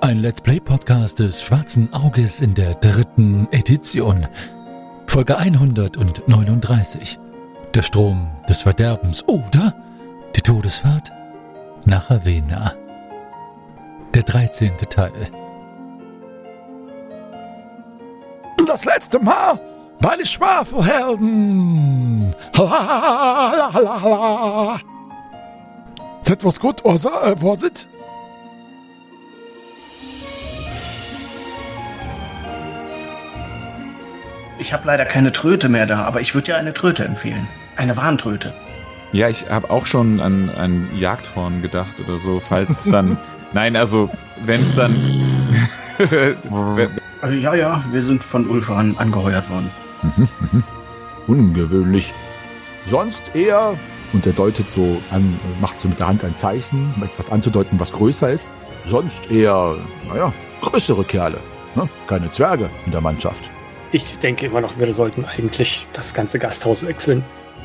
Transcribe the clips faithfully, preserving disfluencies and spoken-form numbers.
Ein Let's Play-Podcast des Schwarzen Auges in der dritten Edition. Folge hundertneununddreißig. Der Strom des Verderbens oder die Todesfahrt nach Ravenna. Der dreizehnte Teil. Das letzte Mal bei den Schwafelhelden. Lalalala. Ist etwas gut, oder, äh, Vorsit? Ich habe leider keine Tröte mehr da, aber ich würde ja eine Tröte empfehlen. Eine Warntröte. Ja, ich habe auch schon an ein Jagdhorn gedacht oder so, falls es dann... Nein, also, wenn es dann... Also, ja, ja, wir sind von Ulfan angeheuert worden. Mhm, mhm. Ungewöhnlich. Sonst eher... Und er deutet so an, macht so mit der Hand ein Zeichen, um etwas anzudeuten, was größer ist. Sonst eher, naja, größere Kerle. Ne? Keine Zwerge in der Mannschaft. Ich denke immer noch, wir sollten eigentlich das ganze Gasthaus wechseln.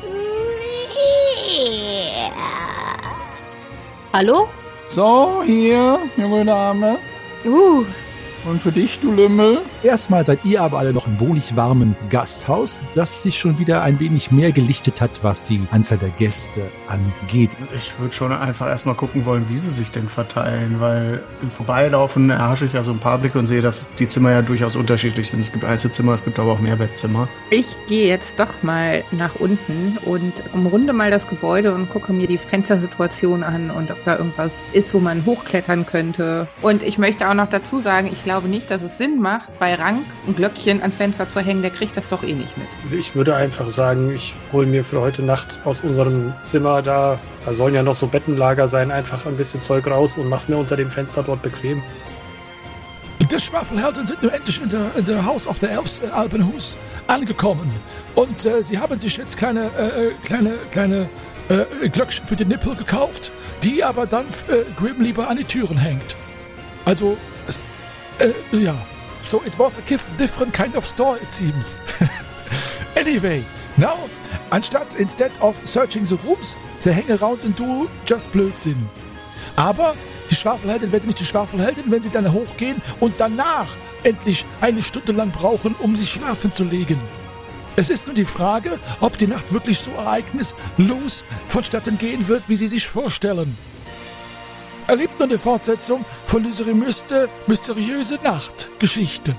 Hallo? So, hier, junge Dame. Uh. Und für dich, du Lümmel. Erstmal seid ihr aber alle noch im wohlig warmen Gasthaus, das sich schon wieder ein wenig mehr gelichtet hat, was die Anzahl der Gäste angeht. Ich würde schon einfach erstmal gucken wollen, wie sie sich denn verteilen, weil im Vorbeilaufen erhasche ich ja so ein paar Blicke und sehe, dass die Zimmer ja durchaus unterschiedlich sind. Es gibt Einzelzimmer, es gibt aber auch Mehrbettzimmer. Ich gehe jetzt doch mal nach unten und umrunde mal das Gebäude und gucke mir die Fenstersituation an und ob da irgendwas ist, wo man hochklettern könnte. Und ich möchte auch noch dazu sagen, ich glaube, Ich glaube nicht, dass es Sinn macht, bei Rank ein Glöckchen ans Fenster zu hängen, der kriegt das doch eh nicht mit. Ich würde einfach sagen, ich hole mir für heute Nacht aus unserem Zimmer da, da sollen ja noch so Bettenlager sein, einfach ein bisschen Zeug raus und mach's mir unter dem Fenster dort bequem. Die Schwafelhelden sind nun endlich in der, in der House of the Elves in Alpenhus angekommen. Und äh, sie haben sich jetzt kleine, äh, kleine, kleine äh, Glöckchen für den Nippel gekauft, die aber dann äh, Grim lieber an die Türen hängt. Also, es Uh, yeah, so it was a different kind of store, it seems. Anyway, now, anstatt instead of searching the rooms, they hang around and do just Blödsinn. Aber die Schwafelheldin werden nicht die Schwafelheldin, wenn sie dann hochgehen und danach endlich eine Stunde lang brauchen, um sich schlafen zu legen. Es ist nur die Frage, ob die Nacht wirklich so ereignislos vonstatten gehen wird, wie sie sich vorstellen. Erlebt nun die Fortsetzung von dieser myste, mysteriöse Nachtgeschichte.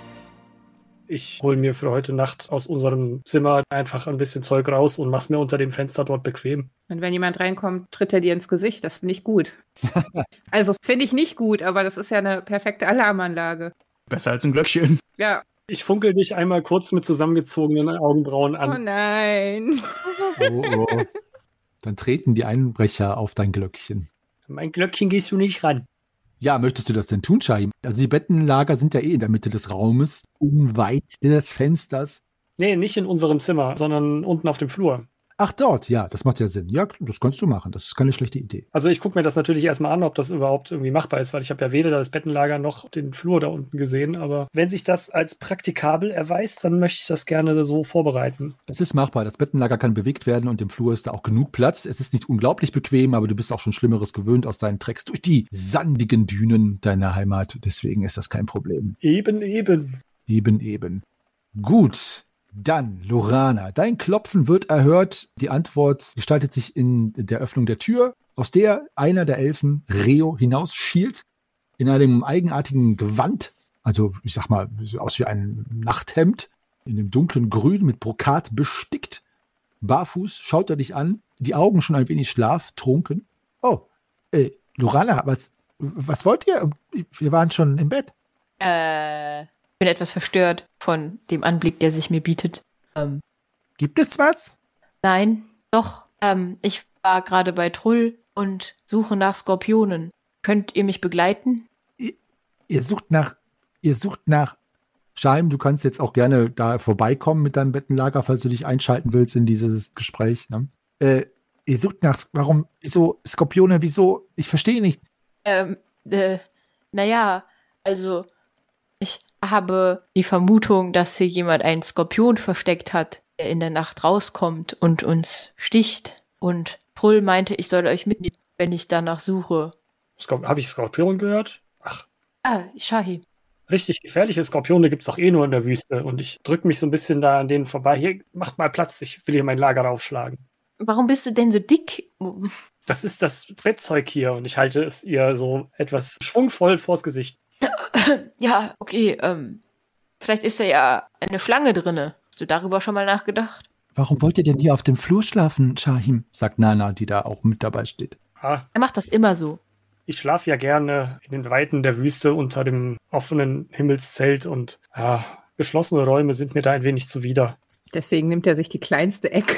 Ich hole mir für heute Nacht aus unserem Zimmer einfach ein bisschen Zeug raus und mach's mir unter dem Fenster dort bequem. Und wenn jemand reinkommt, tritt er dir ins Gesicht. Das finde ich gut. Also finde ich nicht gut, aber das ist ja eine perfekte Alarmanlage. Besser als ein Glöckchen. Ja. Ich funkel dich einmal kurz mit zusammengezogenen Augenbrauen an. Oh nein. Oh, oh. Dann treten die Einbrecher auf dein Glöckchen. Mein Glöckchen gehst du nicht ran. Ja, möchtest du das denn tun, Shahim? Also die Bettenlager sind ja eh in der Mitte des Raumes, unweit des Fensters. Nee, nicht in unserem Zimmer, sondern unten auf dem Flur. Ach, dort, ja, das macht ja Sinn. Ja, das kannst du machen, das ist keine schlechte Idee. Also ich gucke mir das natürlich erstmal an, ob das überhaupt irgendwie machbar ist, weil ich habe ja weder das Bettenlager noch den Flur da unten gesehen, aber wenn sich das als praktikabel erweist, dann möchte ich das gerne so vorbereiten. Es ist machbar, das Bettenlager kann bewegt werden und im Flur ist da auch genug Platz. Es ist nicht unglaublich bequem, aber du bist auch schon Schlimmeres gewöhnt aus deinen Tracks durch die sandigen Dünen deiner Heimat, deswegen ist das kein Problem. Eben, eben. Eben, eben. Gut. Dann, Lorana, dein Klopfen wird erhört. Die Antwort gestaltet sich in der Öffnung der Tür, aus der einer der Elfen, Reo, hinausschielt, in einem eigenartigen Gewand, also ich sag mal, so aus wie ein Nachthemd, in dem dunklen Grün mit Brokat bestickt. Barfuß schaut er dich an, die Augen schon ein wenig schlaftrunken. Oh, äh, Lorana, was, was wollt ihr? Wir waren schon im Bett. Äh... Ich bin etwas verstört von dem Anblick, der sich mir bietet. Ähm, Gibt es was? Nein, doch. Ähm, ich war gerade bei Trull und suche nach Skorpionen. Könnt ihr mich begleiten? Ihr, ihr sucht nach, ihr sucht nach Shahim, du kannst jetzt auch gerne da vorbeikommen mit deinem Bettenlager, falls du dich einschalten willst in dieses Gespräch. Ne? Äh, ihr sucht nach, warum, wieso Skorpione, wieso? Ich verstehe nicht. Ähm, äh, naja, also, ich habe die Vermutung, dass hier jemand einen Skorpion versteckt hat, der in der Nacht rauskommt und uns sticht. Und Trull meinte, ich soll euch mitnehmen, wenn ich danach suche. Habe ich Skorpion gehört? Ach, Ah, Shahim. Richtig gefährliche Skorpione gibt's doch eh nur in der Wüste. Und ich drücke mich so ein bisschen da an denen vorbei. Hier, macht mal Platz, ich will hier mein Lager aufschlagen. Warum bist du denn so dick? Das ist das Brettzeug hier und ich halte es ihr so etwas schwungvoll vors Gesicht. Ja, okay, ähm, vielleicht ist da ja eine Schlange drinne. Hast du darüber schon mal nachgedacht? Warum wollt ihr denn hier auf dem Flur schlafen, Shahim? Sagt Nana, die da auch mit dabei steht. Ah, Er macht das immer so. ich schlafe ja gerne in den Weiten der Wüste unter dem offenen Himmelszelt und ah, geschlossene Räume sind mir da ein wenig zuwider. Deswegen nimmt er sich die kleinste Ecke.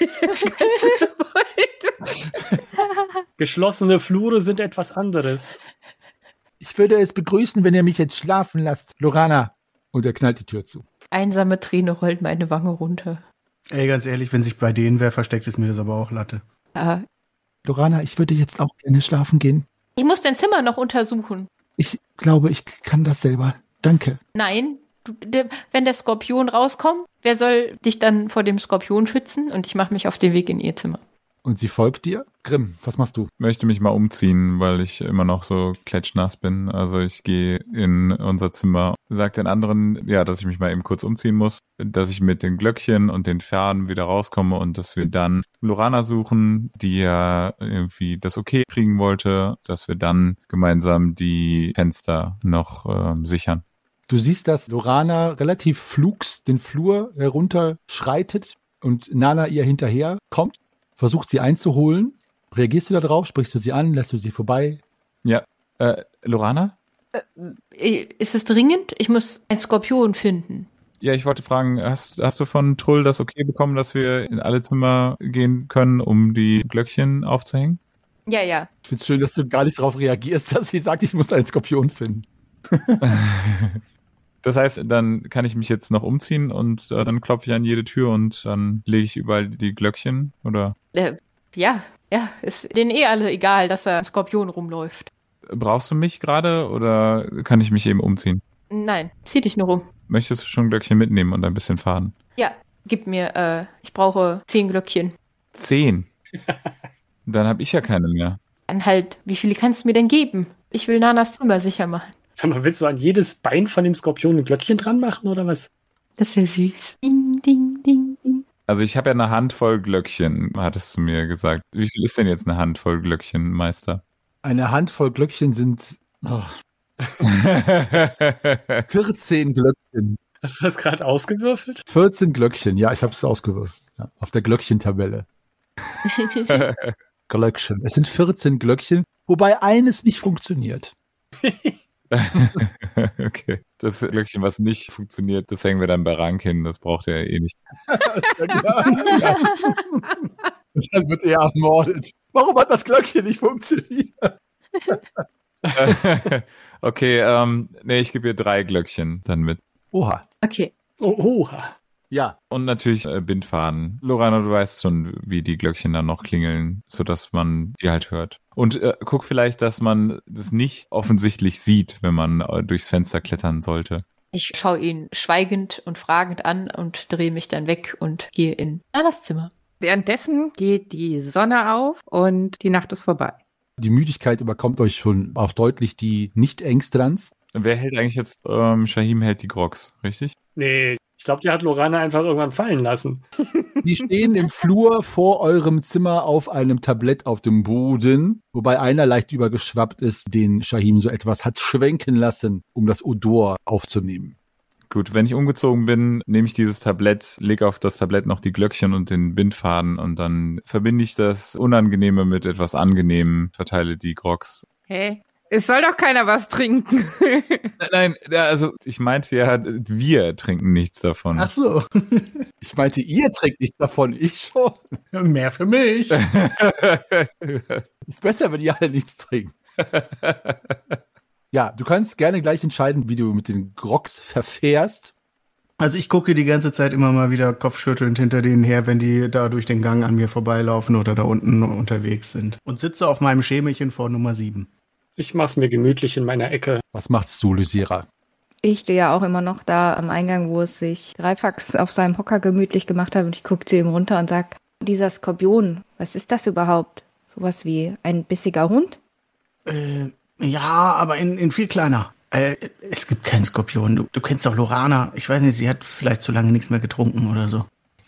Geschlossene Flure sind etwas anderes. Ich würde es begrüßen, wenn ihr mich jetzt schlafen lasst, Lorana. Und er knallt die Tür zu. Einsame Träne rollt meine Wange runter. Ey, ganz ehrlich, wenn sich bei denen wer versteckt, ist mir das aber auch Latte. Ja, Lorana, ich würde jetzt auch gerne schlafen gehen. ich muss dein Zimmer noch untersuchen. Ich glaube, ich kann das selber. Danke. Nein, du, der, wenn der Skorpion rauskommt, wer soll dich dann vor dem Skorpion schützen? Und ich mache mich auf den Weg in ihr Zimmer. Und sie folgt dir? Grimm, was machst du? Möchte mich mal umziehen, weil ich immer noch so klatschnass bin. Also ich gehe in unser Zimmer, sage den anderen, ja, dass ich mich mal eben kurz umziehen muss, dass ich mit den Glöckchen und den Pferden wieder rauskomme und dass wir dann Lorana suchen, die ja irgendwie das Okay kriegen wollte, dass wir dann gemeinsam die Fenster noch ähm, sichern. Du siehst, dass Lorana relativ flugs den Flur herunter schreitet und Nana ihr hinterher kommt, versucht sie einzuholen. Reagierst du da drauf? Sprichst du sie an? Lässt du sie vorbei? Ja, äh, Lorana? Äh, Ist es dringend? Ich muss einen Skorpion finden. Ja, ich wollte fragen, hast, hast du von Trull das Okay bekommen, dass wir in alle Zimmer gehen können, um die Glöckchen aufzuhängen? Ja, ja. Ich finde es schön, dass du gar nicht darauf reagierst, dass sie sagt, ich muss einen Skorpion finden. Das heißt, dann kann ich mich jetzt noch umziehen und äh, dann klopfe ich an jede Tür und dann lege ich überall die Glöckchen, oder? Äh, ja, ja, ist denen eh alle egal, dass da ein Skorpion rumläuft. Brauchst du mich gerade oder kann ich mich eben umziehen? Nein, zieh dich nur rum. Möchtest du schon Glöckchen mitnehmen und ein bisschen fahren? Ja, gib mir, äh, ich brauche zehn Glöckchen. Zehn. Dann habe ich ja keine mehr. Dann halt, wie viele kannst du mir denn geben? Ich will Nanas Zimmer sicher machen. Sag mal, willst du an jedes Bein von dem Skorpion ein Glöckchen dran machen oder was? Das wäre süß. Ding, ding, ding, ding. Also ich habe ja eine Handvoll Glöckchen, hattest du mir gesagt. Wie viel ist denn jetzt eine Handvoll Glöckchen, Meister? Eine Handvoll Glöckchen sind oh, vierzehn Glöckchen. Hast du das gerade ausgewürfelt? vierzehn Glöckchen, ja, ich habe es ausgewürfelt. Ja, auf der Glöckchentabelle. Glöckchen. Es sind vierzehn Glöckchen, wobei eines nicht funktioniert. Okay. Das Glöckchen, was nicht funktioniert, das hängen wir dann bei Rank hin. Das braucht er ja eh nicht. Ja. Und dann wird er ermordet. Warum hat das Glöckchen nicht funktioniert? Okay, ähm, nee, ich gebe ihr drei Glöckchen dann mit. Oha. Okay. Oh, oha. Ja. Und natürlich äh, Bindfaden. Lorana, du weißt schon, wie die Glöckchen dann noch klingeln, sodass man die halt hört. Und äh, guck vielleicht, dass man das nicht offensichtlich sieht, wenn man äh, durchs Fenster klettern sollte. Ich schaue ihn schweigend und fragend an und drehe mich dann weg und gehe in Nanas Zimmer. Währenddessen geht die Sonne auf und die Nacht ist vorbei. Die Müdigkeit überkommt euch schon auch deutlich die Nicht-Ängstranz. Wer hält eigentlich jetzt? Ähm, Shahim hält die Grogs, richtig? Nee, ich glaube, die hat Lorana einfach irgendwann fallen lassen. Die stehen im Flur vor eurem Zimmer auf einem Tablett auf dem Boden, wobei einer leicht übergeschwappt ist, den Shahim so etwas hat schwenken lassen, um das Odor aufzunehmen. Gut, wenn ich umgezogen bin, nehme ich dieses Tablett, lege auf das Tablett noch die Glöckchen und den Bindfaden und dann verbinde ich das Unangenehme mit etwas Angenehmem, verteile die Grogs. Hä? Es soll doch keiner was trinken. Nein, nein, ja, also ich meinte ja, wir trinken nichts davon. Ach so. Ich meinte, ihr trinkt nichts davon, ich schon. Mehr für mich. Ist besser, wenn ihr alle nichts trinkt. Ja, du kannst gerne gleich entscheiden, wie du mit den Grogs verfährst. Also ich gucke die ganze Zeit immer mal wieder kopfschüttelnd hinter denen her, wenn die da durch den Gang an mir vorbeilaufen oder da unten unterwegs sind. Und sitze auf meinem Schemelchen vor Nummer sieben. Ich mach's mir gemütlich in meiner Ecke. Was machst du, Lysira? Ich stehe ja auch immer noch da am Eingang, wo es sich Greifax auf seinem Hocker gemütlich gemacht hat und ich gucke zu ihm runter und sag, dieser Skorpion, was ist das überhaupt? Sowas wie ein bissiger Hund? Äh, ja, aber in, in viel kleiner. Äh, es gibt keinen Skorpion. Du, du kennst doch Lorana. Ich weiß nicht, sie hat vielleicht zu lange nichts mehr getrunken oder so.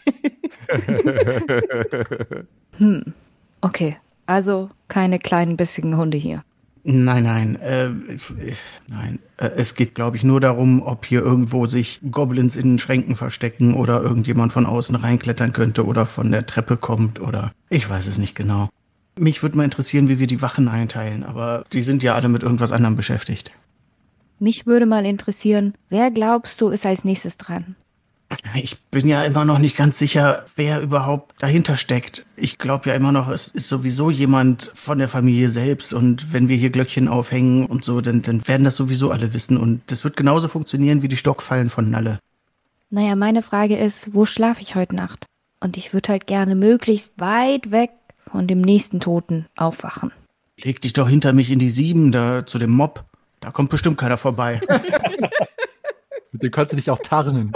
Hm, okay. Also keine kleinen bissigen Hunde hier. Nein, nein, äh, nein. Äh, es geht, glaube ich, nur darum, ob hier irgendwo sich Goblins in den Schränken verstecken oder irgendjemand von außen reinklettern könnte oder von der Treppe kommt oder ich weiß es nicht genau. Mich würde mal interessieren, wie wir die Wachen einteilen, aber die sind ja alle mit irgendwas anderem beschäftigt. Mich würde mal interessieren, wer glaubst du ist als nächstes dran? Ich bin ja immer noch nicht ganz sicher, wer überhaupt dahinter steckt. Ich glaube ja immer noch, es ist sowieso jemand von der Familie selbst und wenn wir hier Glöckchen aufhängen und so, dann, dann werden das sowieso alle wissen und das wird genauso funktionieren wie die Stockfallen von Nalle. Naja, meine Frage ist, wo schlafe ich heute Nacht? Und ich würde halt gerne möglichst weit weg von dem nächsten Toten aufwachen. Leg dich doch hinter mich in die Sieben, da zu dem Mob. Da kommt bestimmt keiner vorbei. Mit dem kannst du dich auch tarnen.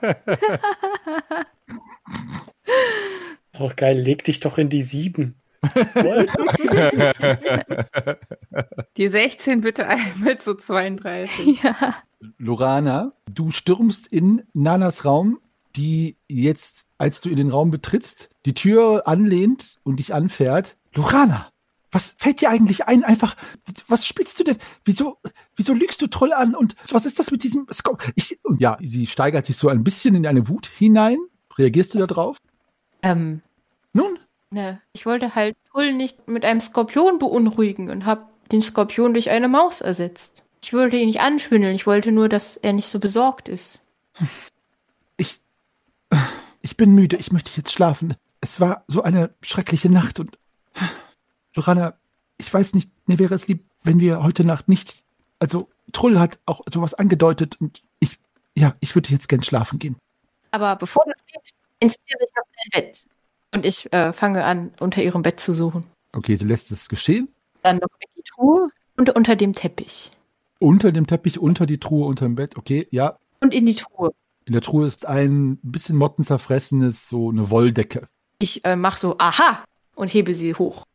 Auch geil, leg dich doch in die Sieben. Die sechzehn bitte einmal zu zweiunddreißig. Ja. Lorana, du stürmst in Nanas Raum, die jetzt, als du in den Raum betrittst, die Tür anlehnt und dich anfährt. Lorana, was fällt dir eigentlich ein? Einfach, was spielst du denn? Wieso, wieso lügst du Troll an? Und was ist das mit diesem Skop? Ich, und ja, sie steigert sich so ein bisschen in eine Wut hinein. Reagierst du da drauf? Ähm, Nun? ne, ich wollte halt Tull nicht mit einem Skorpion beunruhigen und hab den Skorpion durch eine Maus ersetzt. Ich wollte ihn nicht anschwindeln, ich wollte nur, dass er nicht so besorgt ist. Ich, ich bin müde, ich möchte jetzt schlafen. Es war so eine schreckliche Nacht und Lorana, ich weiß nicht, mir wäre es lieb, wenn wir heute Nacht nicht, also Trull hat auch sowas angedeutet und ich, ja, ich würde jetzt gern schlafen gehen. Aber bevor du schläfst, inspiriere ich auf dein Bett. Und ich äh, fange an, unter ihrem Bett zu suchen. Okay, sie lässt es geschehen. Dann noch in die Truhe und unter dem Teppich. Unter dem Teppich, unter die Truhe, unter dem Bett, okay, ja. Und in die Truhe. In der Truhe ist ein bisschen mottenzerfressenes, so eine Wolldecke. Ich äh, mache so, aha, und hebe sie hoch.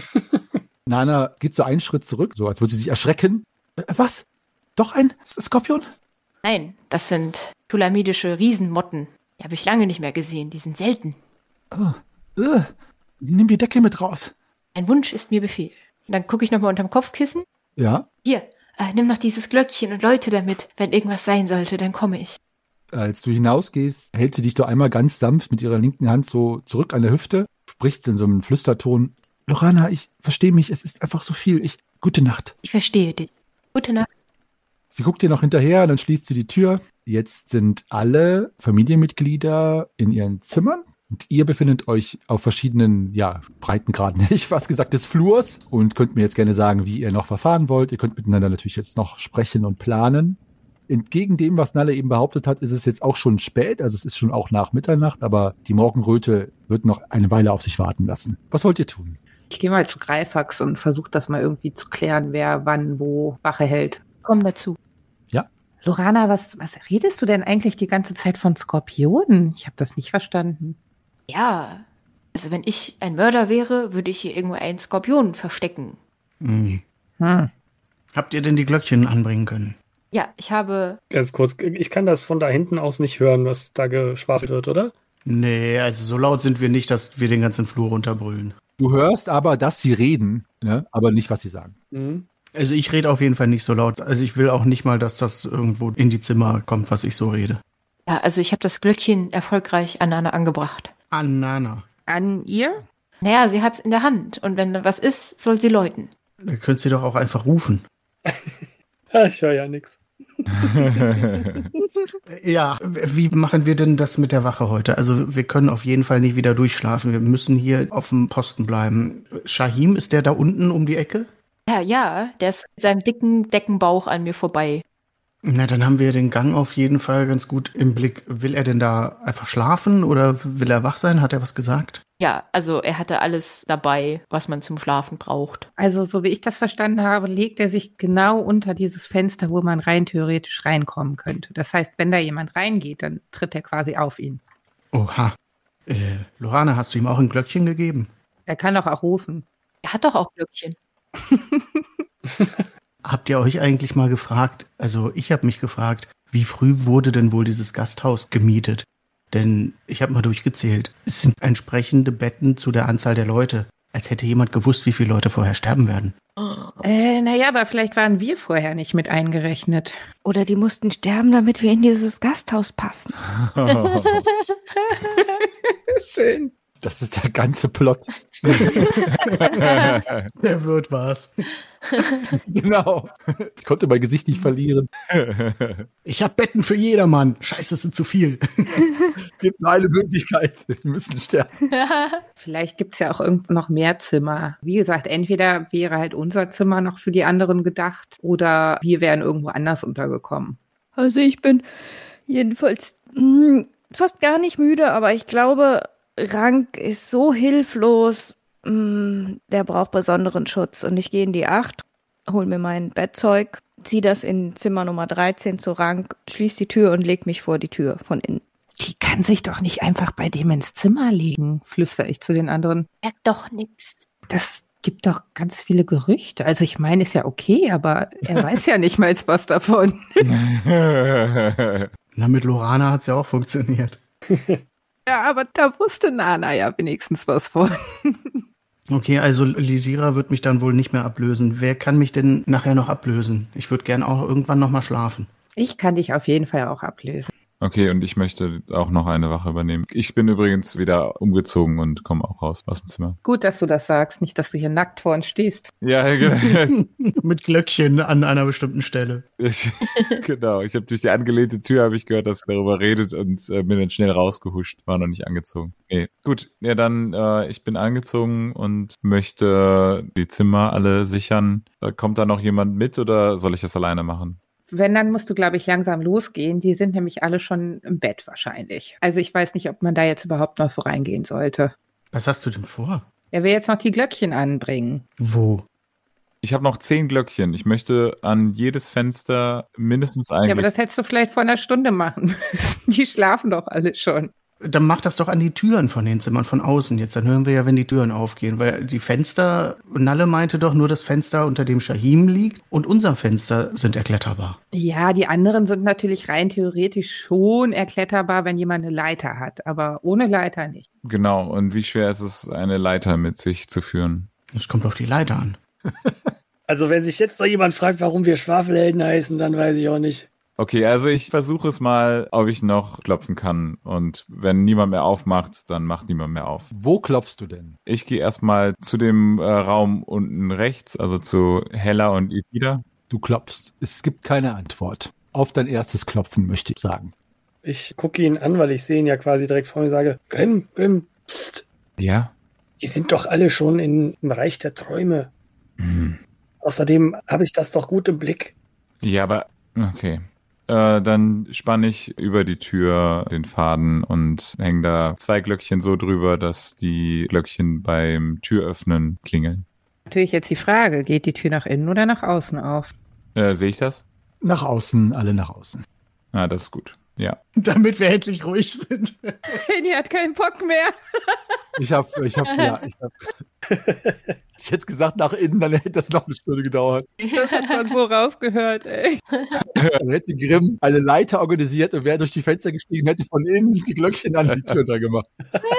Nana geht so einen Schritt zurück, so als würde sie sich erschrecken. Äh, was? Doch ein Skorpion? Nein, das sind tulamidische Riesenmotten. Die habe ich lange nicht mehr gesehen, die sind selten. Oh, äh, nimm die Decke mit raus. Ein Wunsch ist mir Befehl. Und dann gucke ich nochmal unterm Kopfkissen. Ja. Hier, äh, nimm noch dieses Glöckchen und läute damit. Wenn irgendwas sein sollte, dann komme ich. Als du hinausgehst, hält sie dich doch einmal ganz sanft mit ihrer linken Hand so zurück an der Hüfte, spricht in so einem Flüsterton. Lorana, ich verstehe mich, es ist einfach so viel. Ich, gute Nacht. Ich verstehe dich. Gute Nacht. Sie guckt dir noch hinterher, dann schließt sie die Tür. Jetzt sind alle Familienmitglieder in ihren Zimmern. Und ihr befindet euch auf verschiedenen, ja, Breitengraden, hätte ich fast gesagt, des Flurs und könnt mir jetzt gerne sagen, wie ihr noch verfahren wollt. Ihr könnt miteinander natürlich jetzt noch sprechen und planen. Entgegen dem, was Nalle eben behauptet hat, ist es jetzt auch schon spät, also es ist schon auch nach Mitternacht, aber die Morgenröte wird noch eine Weile auf sich warten lassen. Was wollt ihr tun? Ich gehe mal zu Greifax und versuche das mal irgendwie zu klären, wer wann wo Wache hält. Komm dazu. Ja? Lorana, was, was redest du denn eigentlich die ganze Zeit von Skorpionen? Ich habe das nicht verstanden. Ja, also wenn ich ein Mörder wäre, würde ich hier irgendwo einen Skorpion verstecken. Mhm. Hm. Habt ihr denn die Glöckchen anbringen können? Ja, ich habe... Ganz kurz, ich kann das von da hinten aus nicht hören, was da geschwafelt wird, oder? Nee, also so laut sind wir nicht, dass wir den ganzen Flur runterbrüllen. Du hörst aber, dass sie reden, ne? Aber nicht, was sie sagen. Mhm. Also ich rede auf jeden Fall nicht so laut. Also ich will auch nicht mal, dass das irgendwo in die Zimmer kommt, was ich so rede. Ja, also ich habe das Glöckchen erfolgreich an Nana angebracht. An Nana. An ihr? Naja, sie hat's in der Hand und wenn da was ist, soll sie läuten. Da könnt ihr doch auch einfach rufen. Ja, ich höre ja nichts. Ja, wie machen wir denn das mit der Wache heute? Also wir können auf jeden Fall nicht wieder durchschlafen. Wir müssen hier auf dem Posten bleiben. Shahim, ist der da unten um die Ecke? Ja, ja, der ist mit seinem dicken Deckenbauch an mir vorbei. Na, dann haben wir den Gang auf jeden Fall ganz gut im Blick. Will er denn da einfach schlafen oder will er wach sein? Hat er was gesagt? Ja, also er hatte alles dabei, was man zum Schlafen braucht. Also, so wie ich das verstanden habe, legt er sich genau unter dieses Fenster, wo man rein theoretisch reinkommen könnte. Das heißt, wenn da jemand reingeht, dann tritt er quasi auf ihn. Oha. Äh, Lorana, hast du ihm auch ein Glöckchen gegeben? Er kann doch auch rufen. Er hat doch auch Glöckchen. Habt ihr euch eigentlich mal gefragt, also ich habe mich gefragt, wie früh wurde denn wohl dieses Gasthaus gemietet? Denn ich habe mal durchgezählt, es sind entsprechende Betten zu der Anzahl der Leute. Als hätte jemand gewusst, wie viele Leute vorher sterben werden. Äh, naja, aber vielleicht waren wir vorher nicht mit eingerechnet. Oder die mussten sterben, damit wir in dieses Gasthaus passen. Schön. Das ist der ganze Plot. Wer wird was? Genau. Ich konnte mein Gesicht nicht verlieren. Ich habe Betten für jedermann. Scheiße, das sind zu viel. Es gibt nur eine Möglichkeit. Wir müssen sterben. Vielleicht gibt's ja auch irgendwo noch mehr Zimmer. Wie gesagt, entweder wäre halt unser Zimmer noch für die anderen gedacht oder wir wären irgendwo anders untergekommen. Also ich bin jedenfalls mh, fast gar nicht müde, aber ich glaube, Rank ist so hilflos, mh, der braucht besonderen Schutz. Und ich gehe in die Acht, hol mir mein Bettzeug, zieh das in Zimmer Nummer dreizehn zu Rank, schließ die Tür und leg mich vor die Tür von innen. Die kann sich doch nicht einfach bei dem ins Zimmer legen, flüstere ich zu den anderen. Merkt doch nix. Das gibt doch ganz viele Gerüchte. Also ich meine, ist ja okay, aber er weiß ja nicht mal was davon. Na, mit Lorana hat's ja auch funktioniert. Ja, aber da wusste Nana ja wenigstens was von. Okay, also Lysira wird mich dann wohl nicht mehr ablösen. Wer kann mich denn nachher noch ablösen? Ich würde gern auch irgendwann noch mal schlafen. Ich kann dich auf jeden Fall auch ablösen. Okay, und ich möchte auch noch eine Wache übernehmen. Ich bin übrigens wieder umgezogen und komme auch raus aus dem Zimmer. Gut, dass du das sagst, nicht, dass du hier nackt vor uns stehst. Ja, genau. Mit Glöckchen an einer bestimmten Stelle. Ich, genau, ich habe durch die angelehnte Tür habe ich gehört, dass ihr darüber redet und äh, bin dann schnell rausgehuscht. War noch nicht angezogen. Nee, gut. Ja, dann, äh, ich bin angezogen und möchte die Zimmer alle sichern. Äh, kommt da noch jemand mit oder soll ich das alleine machen? Wenn, dann musst du, glaube ich, langsam losgehen. Die sind nämlich alle schon im Bett wahrscheinlich. Also ich weiß nicht, ob man da jetzt überhaupt noch so reingehen sollte. Was hast du denn vor? Er will jetzt noch die Glöckchen anbringen. Wo? Ich habe noch zehn Glöckchen. Ich möchte an jedes Fenster mindestens ein Ja, aber Glöckchen. das hättest du vielleicht vor einer Stunde machen müssen. Die schlafen doch alle schon. Dann mach das doch an die Türen von den Zimmern von außen jetzt. Dann hören wir ja, wenn die Türen aufgehen. Weil die Fenster, Nalle meinte doch nur das Fenster, unter dem Shahim liegt. Und unser Fenster sind erkletterbar. Ja, die anderen sind natürlich rein theoretisch schon erkletterbar, wenn jemand eine Leiter hat. Aber ohne Leiter nicht. Genau, und wie schwer ist es, eine Leiter mit sich zu führen? Das kommt auf die Leiter an. Also wenn sich jetzt noch jemand fragt, warum wir Schwafelhelden heißen, dann weiß ich auch nicht. Okay, also ich versuche es mal, ob ich noch klopfen kann. Und wenn niemand mehr aufmacht, dann macht niemand mehr auf. Wo klopfst du denn? Ich gehe erstmal zu dem äh, Raum unten rechts, also zu Hella und Isida. Du klopfst. Es gibt keine Antwort. Auf dein erstes Klopfen, möchte ich sagen. Ich gucke ihn an, weil ich sehe ihn ja quasi direkt vor mir und sage, Grimm, Grimm, psst. Ja? Die sind doch alle schon in, im Reich der Träume. Mhm. Außerdem habe ich das doch gut im Blick. Ja, aber okay. Äh, dann spanne ich über die Tür den Faden und hänge da zwei Glöckchen so drüber, dass die Glöckchen beim Türöffnen klingeln. Natürlich jetzt die Frage, geht die Tür nach innen oder nach außen auf? Äh, sehe ich das? Nach außen, alle nach außen. Ah, das ist gut. Ja. Damit wir endlich ruhig sind. Henny hat keinen Bock mehr. Ich hab, ich hab, ja, ich hab. Ich hätte gesagt nach innen, dann hätte das noch eine Stunde gedauert. Das hat man so rausgehört, ey. Dann hätte Grimm eine Leiter organisiert und wäre durch die Fenster gestiegen, hätte von innen die Glöckchen an die Tür dran gemacht.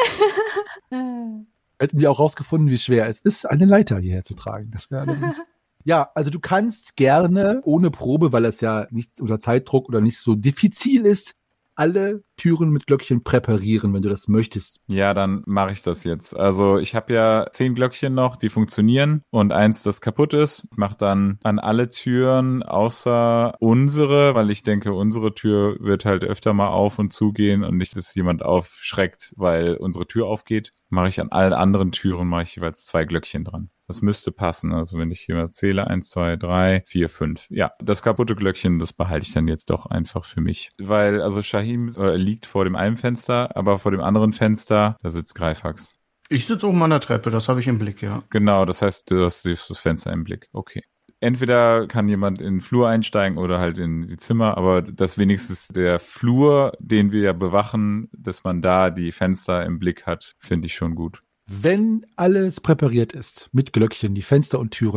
Hätten wir auch rausgefunden, wie schwer es ist, eine Leiter hierher zu tragen. Das wäre allerdings. Ja, also du kannst gerne ohne Probe, weil es ja nicht unter Zeitdruck oder nicht so diffizil ist, alle Türen mit Glöckchen präparieren, wenn du das möchtest. Ja, dann mache ich das jetzt. Also ich habe ja zehn Glöckchen noch, die funktionieren und eins, das kaputt ist. Ich mache dann an alle Türen außer unsere, weil ich denke, unsere Tür wird halt öfter mal auf und zugehen und nicht, dass jemand aufschreckt, weil unsere Tür aufgeht. Mache ich an allen anderen Türen, mache ich jeweils zwei Glöckchen dran. Das müsste passen. Also wenn ich hier mal zähle, eins, zwei, drei, vier, fünf. Ja, das kaputte Glöckchen, das behalte ich dann jetzt doch einfach für mich. Weil, also Shahim äh, liegt vor dem einen Fenster, aber vor dem anderen Fenster, da sitzt Greifax. Ich sitze oben an der Treppe, das habe ich im Blick, ja. Genau, das heißt, du hast das Fenster im Blick. Okay. Entweder kann jemand in den Flur einsteigen oder halt in die Zimmer, aber dass wenigstens der Flur, den wir ja bewachen, dass man da die Fenster im Blick hat, finde ich schon gut. Wenn alles präpariert ist, mit Glöckchen, die Fenster und Türen,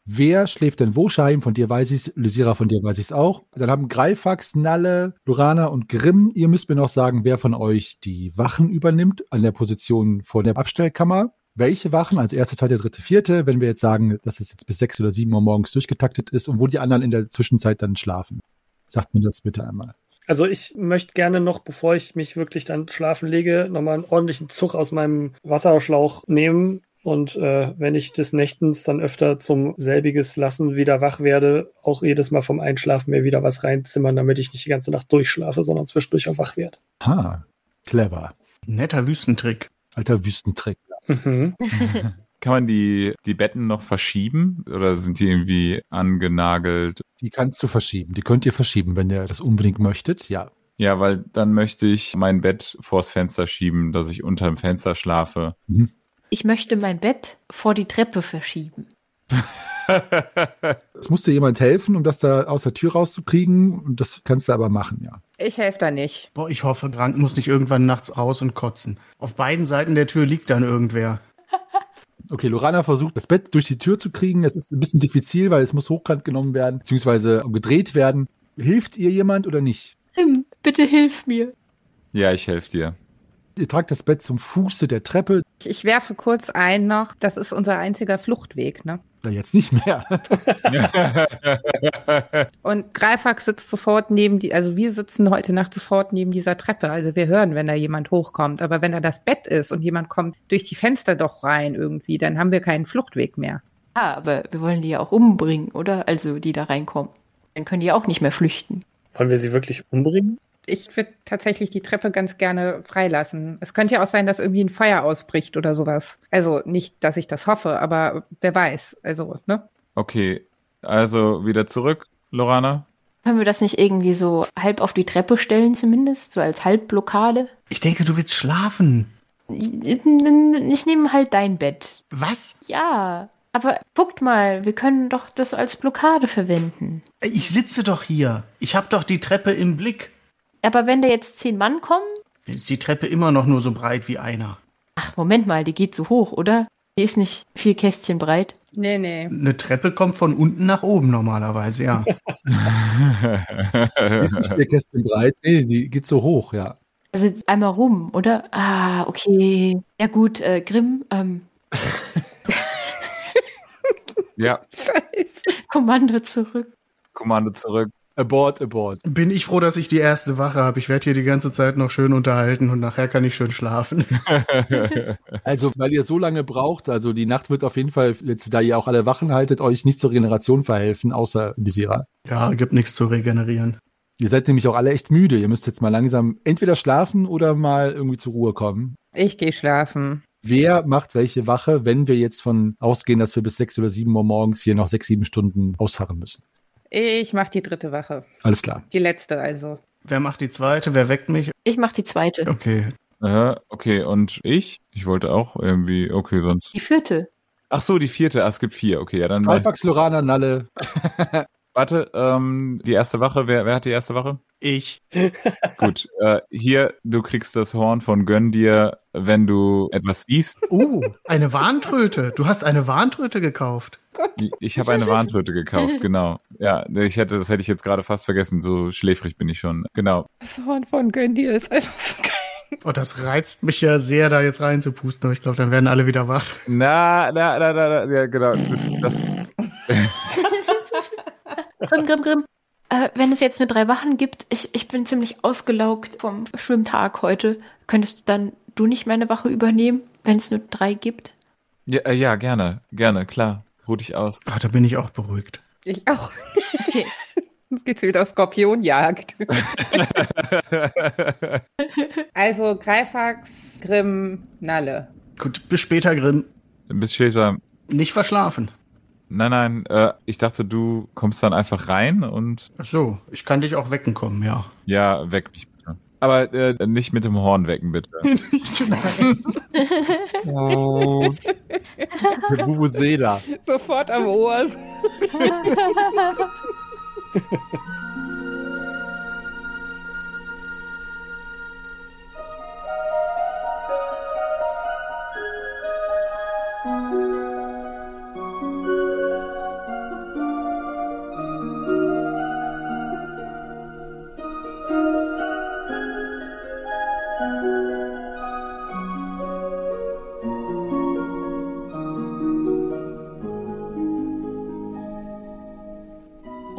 Wer schläft denn wo? Shaim, von dir weiß ich es. Lysira, von dir weiß ich es auch. Dann haben Greifax, Nalle, Lorana und Grimm. Ihr müsst mir noch sagen, wer von euch die Wachen übernimmt an der Position vor der Abstellkammer. Welche Wachen, also erste, zweite, dritte, vierte, wenn wir jetzt sagen, dass es jetzt bis sechs oder sieben Uhr morgens durchgetaktet ist und wo die anderen in der Zwischenzeit dann schlafen. Sagt mir das bitte einmal. Also ich möchte gerne noch, bevor ich mich wirklich dann schlafen lege, nochmal einen ordentlichen Zug aus meinem Wasserschlauch nehmen. Und äh, wenn ich des Nächtens dann öfter zum selbiges Lassen wieder wach werde, auch jedes Mal vom Einschlafen mir wieder was reinzimmern, damit ich nicht die ganze Nacht durchschlafe, sondern zwischendurch auch wach werde. Ha, clever. Netter Wüstentrick. Alter Wüstentrick. Mhm. Kann man die, die Betten noch verschieben oder sind die irgendwie angenagelt? Die kannst du verschieben. Die könnt ihr verschieben, wenn ihr das unbedingt möchtet, ja. Ja, weil dann möchte ich mein Bett vors Fenster schieben, dass ich unter dem Fenster schlafe. Mhm. Ich möchte mein Bett vor die Treppe verschieben. Es musste jemand helfen, um das da aus der Tür rauszukriegen. Und das kannst du aber machen, ja. Ich helfe da nicht. Boah, ich hoffe, Grank muss nicht irgendwann nachts raus und kotzen. Auf beiden Seiten der Tür liegt dann irgendwer. Okay, Lorana versucht, das Bett durch die Tür zu kriegen. Es ist ein bisschen diffizil, weil es muss hochkant genommen werden, beziehungsweise gedreht werden. Hilft ihr jemand oder nicht? Tim, bitte hilf mir. Ja, ich helfe dir. Ihr tragt das Bett zum Fuße der Treppe. Ich werfe kurz ein noch, das ist unser einziger Fluchtweg, ne? Na, jetzt nicht mehr. Und Greifax sitzt sofort neben die, also wir sitzen heute Nacht sofort neben dieser Treppe. Also wir hören, wenn da jemand hochkommt. Aber wenn da das Bett ist und jemand kommt durch die Fenster doch rein irgendwie, dann haben wir keinen Fluchtweg mehr. Ah, aber wir wollen die ja auch umbringen, oder? Also die da reinkommen. Dann können die ja auch nicht mehr flüchten. Wollen wir sie wirklich umbringen? Ich würde tatsächlich die Treppe ganz gerne freilassen. Es könnte ja auch sein, dass irgendwie ein Feuer ausbricht oder sowas. Also nicht, dass ich das hoffe, aber wer weiß. Also, ne? Okay, also wieder zurück, Lorana. Können wir das nicht irgendwie so halb auf die Treppe stellen zumindest? So als Halbblockade? Ich denke, du willst schlafen. Ich, ich nehme halt dein Bett. Was? Ja, aber guckt mal, wir können doch das als Blockade verwenden. Ich sitze doch hier. Ich hab doch die Treppe im Blick. Aber wenn da jetzt zehn Mann kommen? Dann ist die Treppe immer noch nur so breit wie einer. Ach, Moment mal, die geht so hoch, oder? Die ist nicht vier Kästchen breit. Nee, nee. Eine Treppe kommt von unten nach oben normalerweise, ja. Die ist nicht vier Kästchen breit. Nee, die geht so hoch, ja. Also einmal rum, oder? Ah, okay. Ja gut, äh, Grimm, ähm. Ja, Scheiße. Kommando zurück. Kommando zurück. Abort, abort. Bin ich froh, dass ich die erste Wache habe. Ich werde hier die ganze Zeit noch schön unterhalten und nachher kann ich schön schlafen. Also, weil ihr so lange braucht, also die Nacht wird auf jeden Fall, jetzt, da ihr auch alle Wachen haltet, euch nicht zur Regeneration verhelfen, außer Lysira. Ja, gibt nichts zu regenerieren. Ihr seid nämlich auch alle echt müde. Ihr müsst jetzt mal langsam entweder schlafen oder mal irgendwie zur Ruhe kommen. Ich gehe schlafen. Wer macht welche Wache, wenn wir jetzt von ausgehen, dass wir bis sechs oder sieben Uhr morgens hier noch sechs, sieben Stunden ausharren müssen? Ich mache die dritte Wache. Alles klar. Die letzte also. Wer macht die zweite? Wer weckt mich? Ich mach die zweite. Okay. Äh, okay, und ich? Ich wollte auch irgendwie, okay, sonst. Die vierte. Ach so, die vierte. Ah, es gibt vier. Okay, ja, dann mach ich. Alpax, Lorana, Nalle. Warte, ähm, die erste Wache. Wer, wer hat die erste Wache? Ich. Gut, äh, hier, du kriegst das Horn von Gönn dir, wenn du etwas siehst. Oh, eine Warntröte. Du hast eine Warntröte gekauft. Ich habe eine Warntröte gekauft, genau. Ja, ich hätte, das hätte ich jetzt gerade fast vergessen. So schläfrig bin ich schon. Genau. Das Horn von Göndir ist einfach so geil. Oh, das reizt mich ja sehr, da jetzt reinzupusten. Aber ich glaube, dann werden alle wieder wach. Na, na, na, na, na ja, genau. Das, das Grimm, Grimm, Grimm. Äh, wenn es jetzt nur drei Wachen gibt, ich, ich bin ziemlich ausgelaugt vom Schwimmtag heute. Könntest du dann du nicht meine Wache übernehmen, wenn es nur drei gibt? ja, äh, ja, gerne, gerne, klar. Ruh dich aus. Ach, da bin ich auch beruhigt. Ich auch. Okay. Jetzt geht's wieder auf Skorpionjagd. Also Greifax, Grimm, Nalle. Gut, bis später, Grimm. Bis später. Nicht verschlafen. Nein, nein, äh, ich dachte, du kommst dann einfach rein und Ach so, ich kann dich auch wecken kommen, ja. ja, weck mich bitte. Aber äh, nicht mit dem Horn wecken, bitte. Nein. Oh. Vuvuzela. Sofort am Ohr.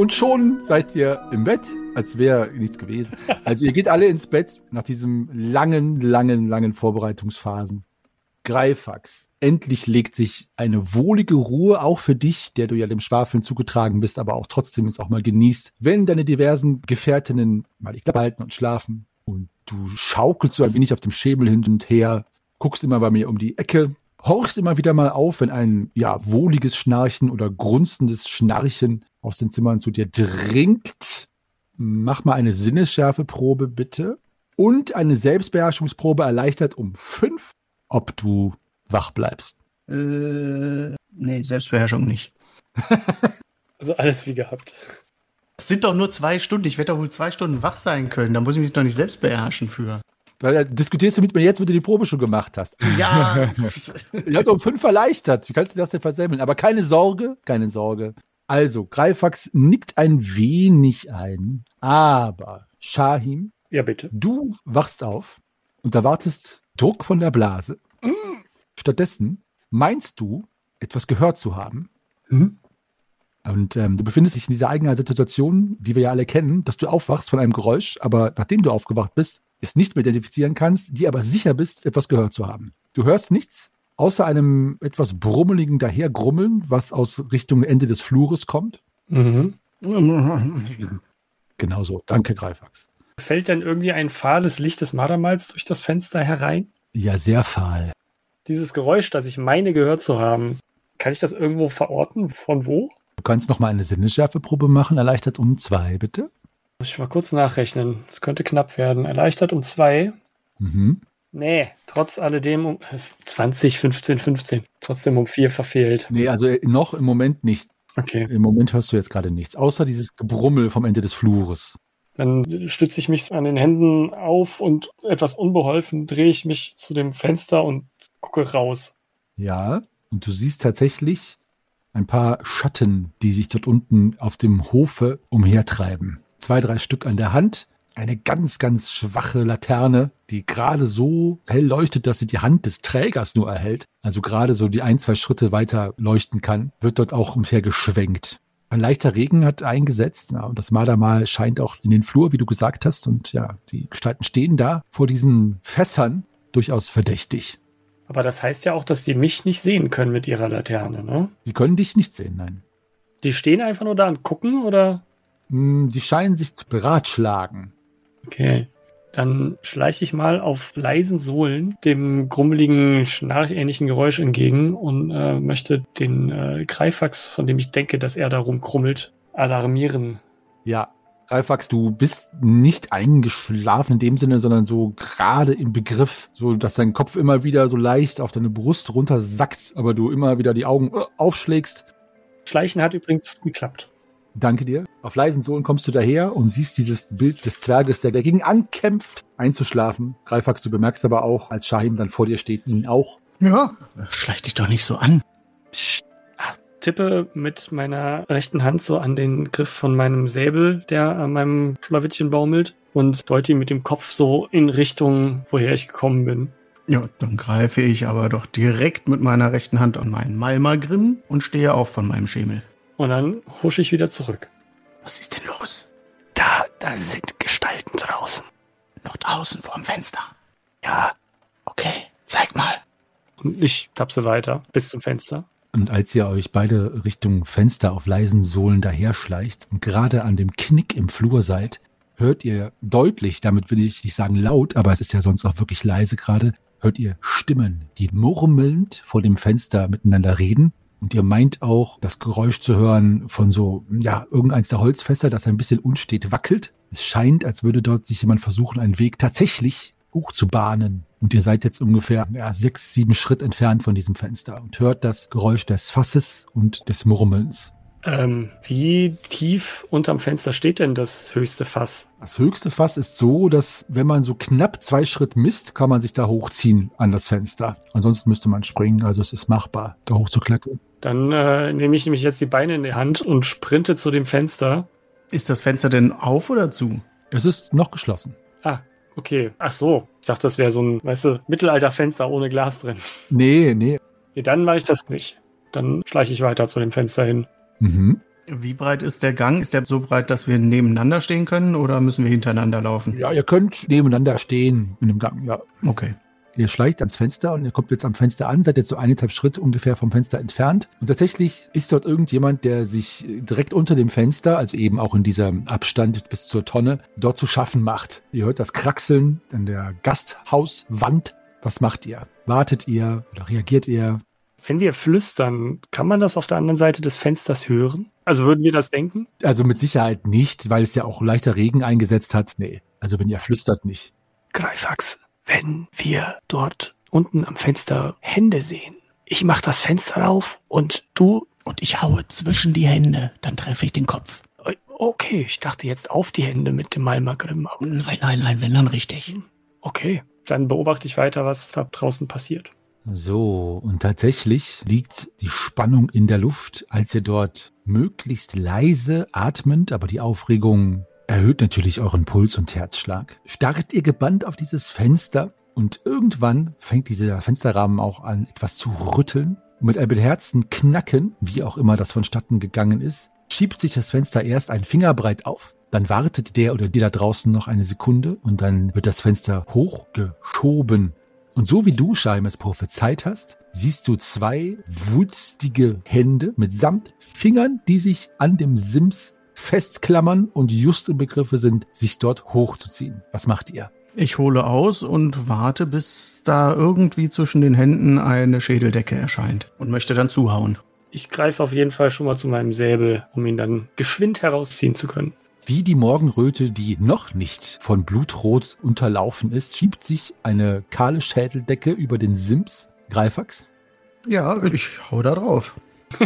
Und schon seid ihr im Bett, als wäre nichts gewesen. Also ihr geht alle ins Bett nach diesem langen, langen, langen Vorbereitungsphasen. Greifax. Endlich legt sich eine wohlige Ruhe auch für dich, der du ja dem Schwafeln zugetragen bist, aber auch trotzdem es auch mal genießt, wenn deine diversen Gefährtinnen mal die Klappe halten und schlafen. Und du schaukelst so ein wenig auf dem Schemel hin und her, guckst immer bei mir um die Ecke, horchst immer wieder mal auf, wenn ein ja wohliges Schnarchen oder grunzendes Schnarchen aus den Zimmern zu dir dringt. Mach mal eine Sinnesschärfeprobe bitte. Und eine Selbstbeherrschungsprobe erleichtert um fünf, ob du wach bleibst. Äh, nee, Selbstbeherrschung nicht. Also alles wie gehabt. Es sind doch nur zwei Stunden. Ich werde doch wohl zwei Stunden wach sein können. Da muss ich mich doch nicht selbst beherrschen für. Weil da diskutierst du mit mir jetzt, wenn du die Probe schon gemacht hast. Ja. Ich hatte um fünf erleichtert. Wie kannst du das denn versemmeln? Aber keine Sorge, keine Sorge. Also, Greifax nickt ein wenig ein. Aber, Shahim, Ja, bitte. du wachst auf und erwartest Druck von der Blase. Mm. Stattdessen meinst du, etwas gehört zu haben. Mhm. Und ähm, du befindest dich in dieser eigenen Situation, die wir ja alle kennen, dass du aufwachst von einem Geräusch, aber nachdem du aufgewacht bist, es nicht mehr identifizieren kannst, die aber sicher bist, etwas gehört zu haben. Du hörst nichts, außer einem etwas brummeligen Dahergrummeln, was aus Richtung Ende des Flures kommt. Mhm. Genau so. Danke, Greifax. Fällt denn irgendwie ein fahles Licht des Mardermals durch das Fenster herein? Ja, sehr fahl. Dieses Geräusch, das ich meine gehört zu haben, kann ich das irgendwo verorten? Von wo? Du kannst noch mal eine Sinnesschärfeprobe machen, erleichtert um zwei, bitte. Muss ich mal kurz nachrechnen. Das könnte knapp werden. Erleichtert um zwei. Mhm. Nee, trotz alledem um zwanzig, fünfzehn, fünfzehn. Trotzdem um vier verfehlt. Nee, also noch im Moment nicht. Okay. Im Moment hörst du jetzt gerade nichts, außer dieses Gebrummel vom Ende des Flures. Dann stütze ich mich an den Händen auf und etwas unbeholfen drehe ich mich zu dem Fenster und gucke raus. Ja, und du siehst tatsächlich ein paar Schatten, die sich dort unten auf dem Hofe umhertreiben. Zwei, drei Stück an der Hand, eine ganz, ganz schwache Laterne, die gerade so hell leuchtet, dass sie die Hand des Trägers nur erhält, also gerade so die ein, zwei Schritte weiter leuchten kann, wird dort auch umhergeschwenkt. Ein leichter Regen hat eingesetzt, ja, und das Mardermal scheint auch in den Flur, wie du gesagt hast, und ja, die Gestalten stehen da vor diesen Fässern, durchaus verdächtig. Aber das heißt ja auch, dass die mich nicht sehen können mit ihrer Laterne, ne? Sie können dich nicht sehen, nein. Die stehen einfach nur da und gucken, oder? Hm, die scheinen sich zu beratschlagen. Okay. Dann schleiche ich mal auf leisen Sohlen dem grummeligen, schnarchähnlichen Geräusch entgegen und äh, möchte den äh, Greifax, von dem ich denke, dass er da rumkrummelt, alarmieren. Ja, Greifax, du bist nicht eingeschlafen in dem Sinne, sondern so gerade im Begriff, so dass dein Kopf immer wieder so leicht auf deine Brust runtersackt, aber du immer wieder die Augen aufschlägst. Schleichen hat übrigens geklappt. Danke dir. Auf leisen Sohlen kommst du daher und siehst dieses Bild des Zwerges, der dagegen ankämpft, einzuschlafen. Greifax, du bemerkst aber auch, als Shahim dann vor dir steht, ihn auch. Ja, schleich dich doch nicht so an. Psst. Tippe mit meiner rechten Hand so an den Griff von meinem Säbel, der an meinem Schlawittchen baumelt, und deute ihn mit dem Kopf so in Richtung, woher ich gekommen bin. Ja, dann greife ich aber doch direkt mit meiner rechten Hand an meinen Malmagrim und stehe auf von meinem Schemel. Und dann husche ich wieder zurück. Was ist denn los? Da, da sind Gestalten draußen. Noch draußen vorm Fenster. Ja. Okay, zeig mal. Und ich tapse weiter bis zum Fenster. Und als ihr euch beide Richtung Fenster auf leisen Sohlen daherschleicht und gerade an dem Knick im Flur seid, hört ihr deutlich, damit will ich nicht sagen laut, aber es ist ja sonst auch wirklich leise gerade, hört ihr Stimmen, die murmelnd vor dem Fenster miteinander reden. Und ihr meint auch, das Geräusch zu hören von so, ja, irgendeins der Holzfässer, das ein bisschen unstet wackelt. Es scheint, als würde dort sich jemand versuchen, einen Weg tatsächlich hochzubahnen. Und ihr seid jetzt ungefähr ja, sechs, sieben Schritt entfernt von diesem Fenster und hört das Geräusch des Fasses und des Murmelns. Ähm, wie tief unterm Fenster steht denn das höchste Fass? Das höchste Fass ist so, dass wenn man so knapp zwei Schritt misst, kann man sich da hochziehen an das Fenster. Ansonsten müsste man springen, also es ist machbar, da hochzuklettern. Dann äh, nehme ich nämlich jetzt die Beine in die Hand und sprinte zu dem Fenster. Ist das Fenster denn auf oder zu? Es ist noch geschlossen. Ah, okay. Ach so. Ich dachte, das wäre so ein, weißt du, Mittelalterfenster ohne Glas drin. Nee, nee. Nee, dann mache ich das nicht. Dann schleiche ich weiter zu dem Fenster hin. Mhm. Wie breit ist der Gang? Ist der so breit, dass wir nebeneinander stehen können oder müssen wir hintereinander laufen? Ja, ihr könnt nebeneinander stehen in dem Gang, ja. Okay. Ihr schleicht ans Fenster und ihr kommt jetzt am Fenster an, seid jetzt so eineinhalb Schritt ungefähr vom Fenster entfernt. Und tatsächlich ist dort irgendjemand, der sich direkt unter dem Fenster, also eben auch in diesem Abstand bis zur Tonne, dort zu schaffen macht. Ihr hört das Kraxeln an der Gasthauswand. Was macht ihr? Wartet ihr oder reagiert ihr? Wenn wir flüstern, kann man das auf der anderen Seite des Fensters hören? Also würden wir das denken? Also mit Sicherheit nicht, weil es ja auch leichter Regen eingesetzt hat. Nee, also wenn ihr flüstert, nicht. Greifax, wenn wir dort unten am Fenster Hände sehen, ich mach das Fenster auf und du... Und ich haue zwischen die Hände, dann treffe ich den Kopf. Okay, ich dachte jetzt auf die Hände mit dem Malmagrim. Nein, nein, nein, wenn dann richtig. Okay, dann beobachte ich weiter, was da draußen passiert. So, und tatsächlich liegt die Spannung in der Luft, als ihr dort möglichst leise atmend, aber die Aufregung erhöht natürlich euren Puls und Herzschlag. Starrt ihr gebannt auf dieses Fenster und irgendwann fängt dieser Fensterrahmen auch an, etwas zu rütteln. Und mit einem beherzten Knacken, wie auch immer das vonstatten gegangen ist, schiebt sich das Fenster erst ein Fingerbreit auf. Dann wartet der oder die da draußen noch eine Sekunde und dann wird das Fenster hochgeschoben. Und so wie du, Scheim, es prophezeit hast, siehst du zwei wulstige Hände mitsamt Fingern, die sich an dem Sims festklammern und just im Begriffe sind, sich dort hochzuziehen. Was macht ihr? Ich hole aus und warte, bis da irgendwie zwischen den Händen eine Schädeldecke erscheint und möchte dann zuhauen. Ich greife auf jeden Fall schon mal zu meinem Säbel, um ihn dann geschwind herausziehen zu können. Wie die Morgenröte, die noch nicht von Blutrot unterlaufen ist, schiebt sich eine kahle Schädeldecke über den Sims. Greifax? Ja, ich hau da drauf.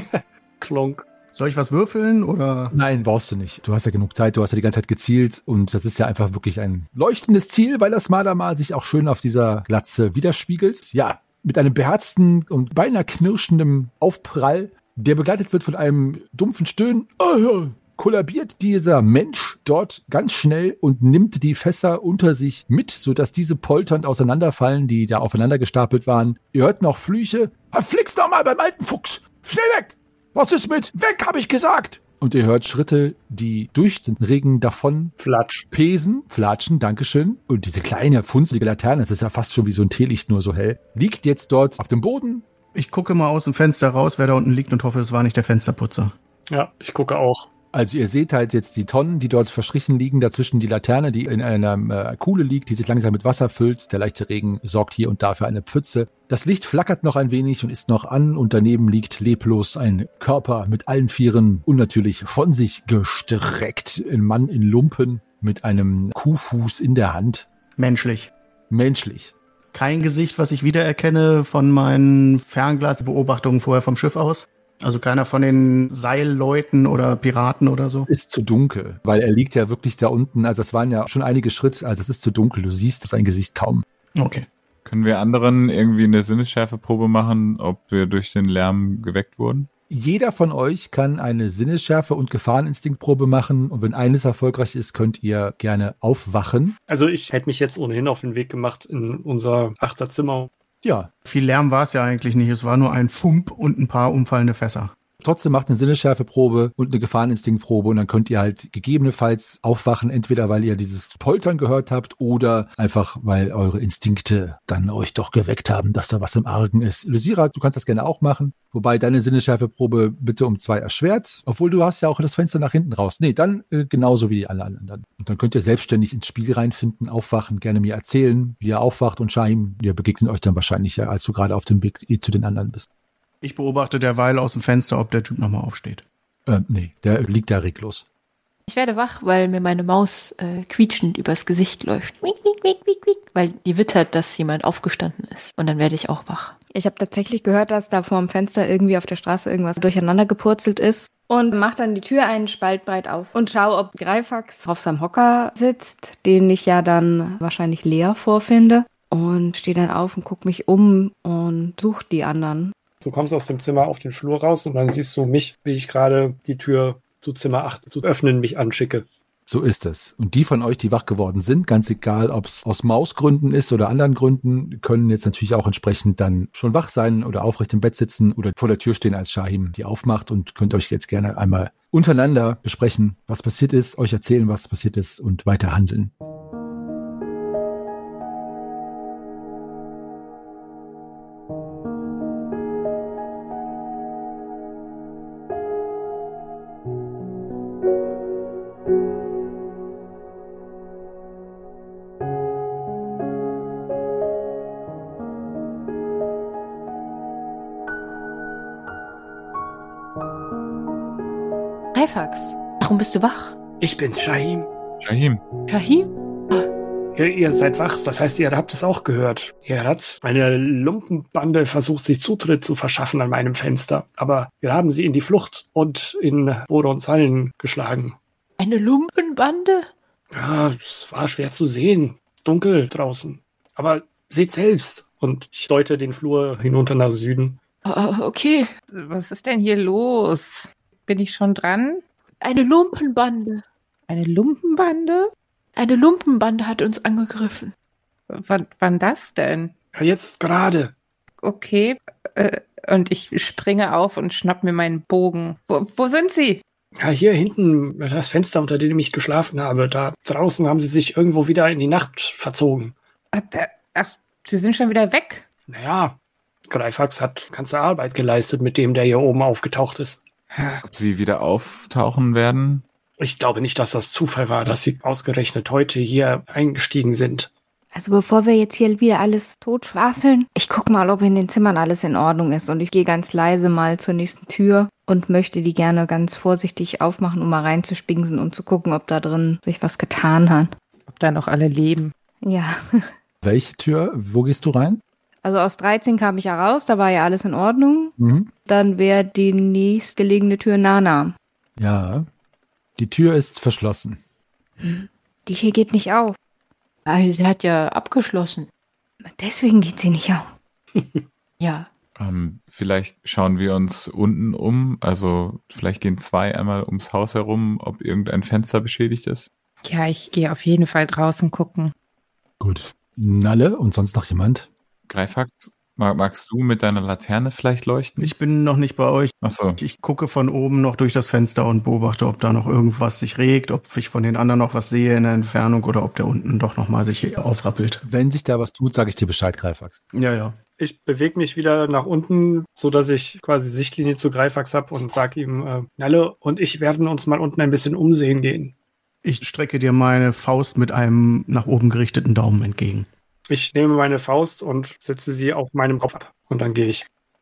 Klonk. Soll ich was würfeln oder? Nein, brauchst du nicht. Du hast ja genug Zeit, du hast ja die ganze Zeit gezielt und das ist ja einfach wirklich ein leuchtendes Ziel, weil das Mardermal sich auch schön auf dieser Glatze widerspiegelt. Ja, mit einem beherzten und beinahe knirschendem Aufprall, der begleitet wird von einem dumpfen Stöhnen. Oh ja. Kollabiert dieser Mensch dort ganz schnell und nimmt die Fässer unter sich mit, sodass diese polternd auseinanderfallen, die da aufeinander gestapelt waren. Ihr hört noch Flüche. Verflixt doch mal beim alten Fuchs! Schnell weg! Was ist mit? Weg, hab ich gesagt! Und ihr hört Schritte, die durch den Regen davon Flatsch. pesen, flatschen, dankeschön. Und diese kleine, funzelige Laterne, das ist ja fast schon wie so ein Teelicht, nur so hell, liegt jetzt dort auf dem Boden. Ich gucke mal aus dem Fenster raus, wer da unten liegt und hoffe, es war nicht der Fensterputzer. Ja, ich gucke auch. Also ihr seht halt jetzt die Tonnen, die dort verstrichen liegen, dazwischen die Laterne, die in einer äh, Kuhle liegt, die sich langsam mit Wasser füllt. Der leichte Regen sorgt hier und da für eine Pfütze. Das Licht flackert noch ein wenig und ist noch an und daneben liegt leblos ein Körper mit allen Vieren unnatürlich von sich gestreckt. Ein Mann in Lumpen mit einem Kuhfuß in der Hand. Menschlich. Menschlich. Kein Gesicht, was ich wiedererkenne von meinen Fernglasbeobachtungen vorher vom Schiff aus. Also keiner von den Seilleuten oder Piraten oder so? Ist zu dunkel, weil er liegt ja wirklich da unten. Also es waren ja schon einige Schritte, also es ist zu dunkel. Du siehst sein Gesicht kaum. Okay. Können wir anderen irgendwie eine Sinnesschärfeprobe machen, ob wir durch den Lärm geweckt wurden? Jeder von euch kann eine Sinnesschärfe- und Gefahreninstinktprobe machen. Und wenn eines erfolgreich ist, könnt ihr gerne aufwachen. Also ich hätte mich jetzt ohnehin auf den Weg gemacht in unser Achterzimmer. Ja. Viel Lärm war es ja eigentlich nicht. Es war nur ein Fump und ein paar umfallende Fässer. Trotzdem macht eine Sinnesschärfeprobe und eine Gefahreninstinktprobe und dann könnt ihr halt gegebenenfalls aufwachen, entweder weil ihr dieses Poltern gehört habt oder einfach, weil eure Instinkte dann euch doch geweckt haben, dass da was im Argen ist. Lysira, du kannst das gerne auch machen, wobei deine Sinnesschärfeprobe bitte um zwei erschwert, obwohl du hast ja auch das Fenster nach hinten raus. Nee, dann äh, genauso wie alle anderen. Und dann könnt ihr selbstständig ins Spiel reinfinden, aufwachen, gerne mir erzählen, wie ihr aufwacht und Scheim, ihr begegnet euch dann wahrscheinlich ja, als du gerade auf dem Weg zu den anderen bist. Ich beobachte derweil aus dem Fenster, ob der Typ nochmal aufsteht. Äh, nee, der liegt da reglos. Ich werde wach, weil mir meine Maus äh, quietschend übers Gesicht läuft. Wiek, wiek, wiek, wiek, wiek, weil die wittert, dass jemand aufgestanden ist. Und dann werde ich auch wach. Ich habe tatsächlich gehört, dass da vorm Fenster irgendwie auf der Straße irgendwas durcheinander gepurzelt ist. Und mach dann die Tür einen Spalt breit auf und schau, ob Greifax auf seinem Hocker sitzt, den ich ja dann wahrscheinlich leer vorfinde. Und stehe dann auf und guck mich um und such die anderen. Du kommst aus dem Zimmer auf den Flur raus und dann siehst du mich, wie ich gerade die Tür zu Zimmer acht zu öffnen mich anschicke. So ist es. Und die von euch, die wach geworden sind, ganz egal, ob es aus Mausgründen ist oder anderen Gründen, können jetzt natürlich auch entsprechend dann schon wach sein oder aufrecht im Bett sitzen oder vor der Tür stehen, als Shahim die aufmacht und könnt euch jetzt gerne einmal untereinander besprechen, was passiert ist, euch erzählen, was passiert ist und weiter handeln. Greifax, warum bist du wach? Ich bin's, Shahim. Shahim. Shahim? Ihr, ihr seid wach, das heißt, ihr habt es auch gehört. Ihr habt eine Lumpenbande versucht, sich Zutritt zu verschaffen an meinem Fenster. Aber wir haben sie in die Flucht und in Bodons Hallen geschlagen. Eine Lumpenbande? Ja, es war schwer zu sehen. Dunkel draußen. Aber seht selbst. Und ich deute den Flur hinunter nach Süden. Oh, okay. Was ist denn hier los? Bin ich schon dran? Eine Lumpenbande. Eine Lumpenbande? Eine Lumpenbande hat uns angegriffen. W- wann das denn? Ja, jetzt gerade. Okay. Äh, und ich springe auf und schnapp mir meinen Bogen. Wo, wo sind sie? Ja, hier hinten, das Fenster, unter dem ich geschlafen habe. Da draußen haben sie sich irgendwo wieder in die Nacht verzogen. Ach, ach sie sind schon wieder weg. Naja, Greifax hat ganze Arbeit geleistet mit dem, der hier oben aufgetaucht ist. Ob sie wieder auftauchen werden? Ich glaube nicht, dass das Zufall war, dass sie ausgerechnet heute hier eingestiegen sind. Also bevor wir jetzt hier wieder alles totschwafeln, ich guck mal, ob in den Zimmern alles in Ordnung ist. Und ich gehe ganz leise mal zur nächsten Tür und möchte die gerne ganz vorsichtig aufmachen, um mal reinzuspingsen und zu gucken, ob da drin sich was getan hat. Ob da noch alle leben. Ja. Welche Tür? Wo gehst du rein? Also aus dreizehn kam ich ja raus, da war ja alles in Ordnung. Mhm. Dann wäre die nächstgelegene Tür Nana. Ja, die Tür ist verschlossen. Die hier geht nicht auf. Ah, sie hat ja abgeschlossen. Deswegen geht sie nicht auf. Ja. Ähm, vielleicht schauen wir uns unten um. Also vielleicht gehen zwei einmal ums Haus herum, ob irgendein Fenster beschädigt ist. Ja, ich gehe auf jeden Fall draußen gucken. Gut. Nalle und sonst noch jemand? Greifax, mag, magst du mit deiner Laterne vielleicht leuchten? Ich bin noch nicht bei euch. Ach so. Ich gucke von oben noch durch das Fenster und beobachte, ob da noch irgendwas sich regt, ob ich von den anderen noch was sehe in der Entfernung oder ob der unten doch noch mal sich aufrappelt. Wenn sich da was tut, sage ich dir Bescheid, Greifax. Ja, ja. Ich bewege mich wieder nach unten, so dass ich quasi Sichtlinie zu Greifax habe und sage ihm, äh, Nalle und ich werden uns mal unten ein bisschen umsehen gehen. Ich strecke dir meine Faust mit einem nach oben gerichteten Daumen entgegen. Ich nehme meine Faust und setze sie auf meinem Kopf ab und dann gehe ich.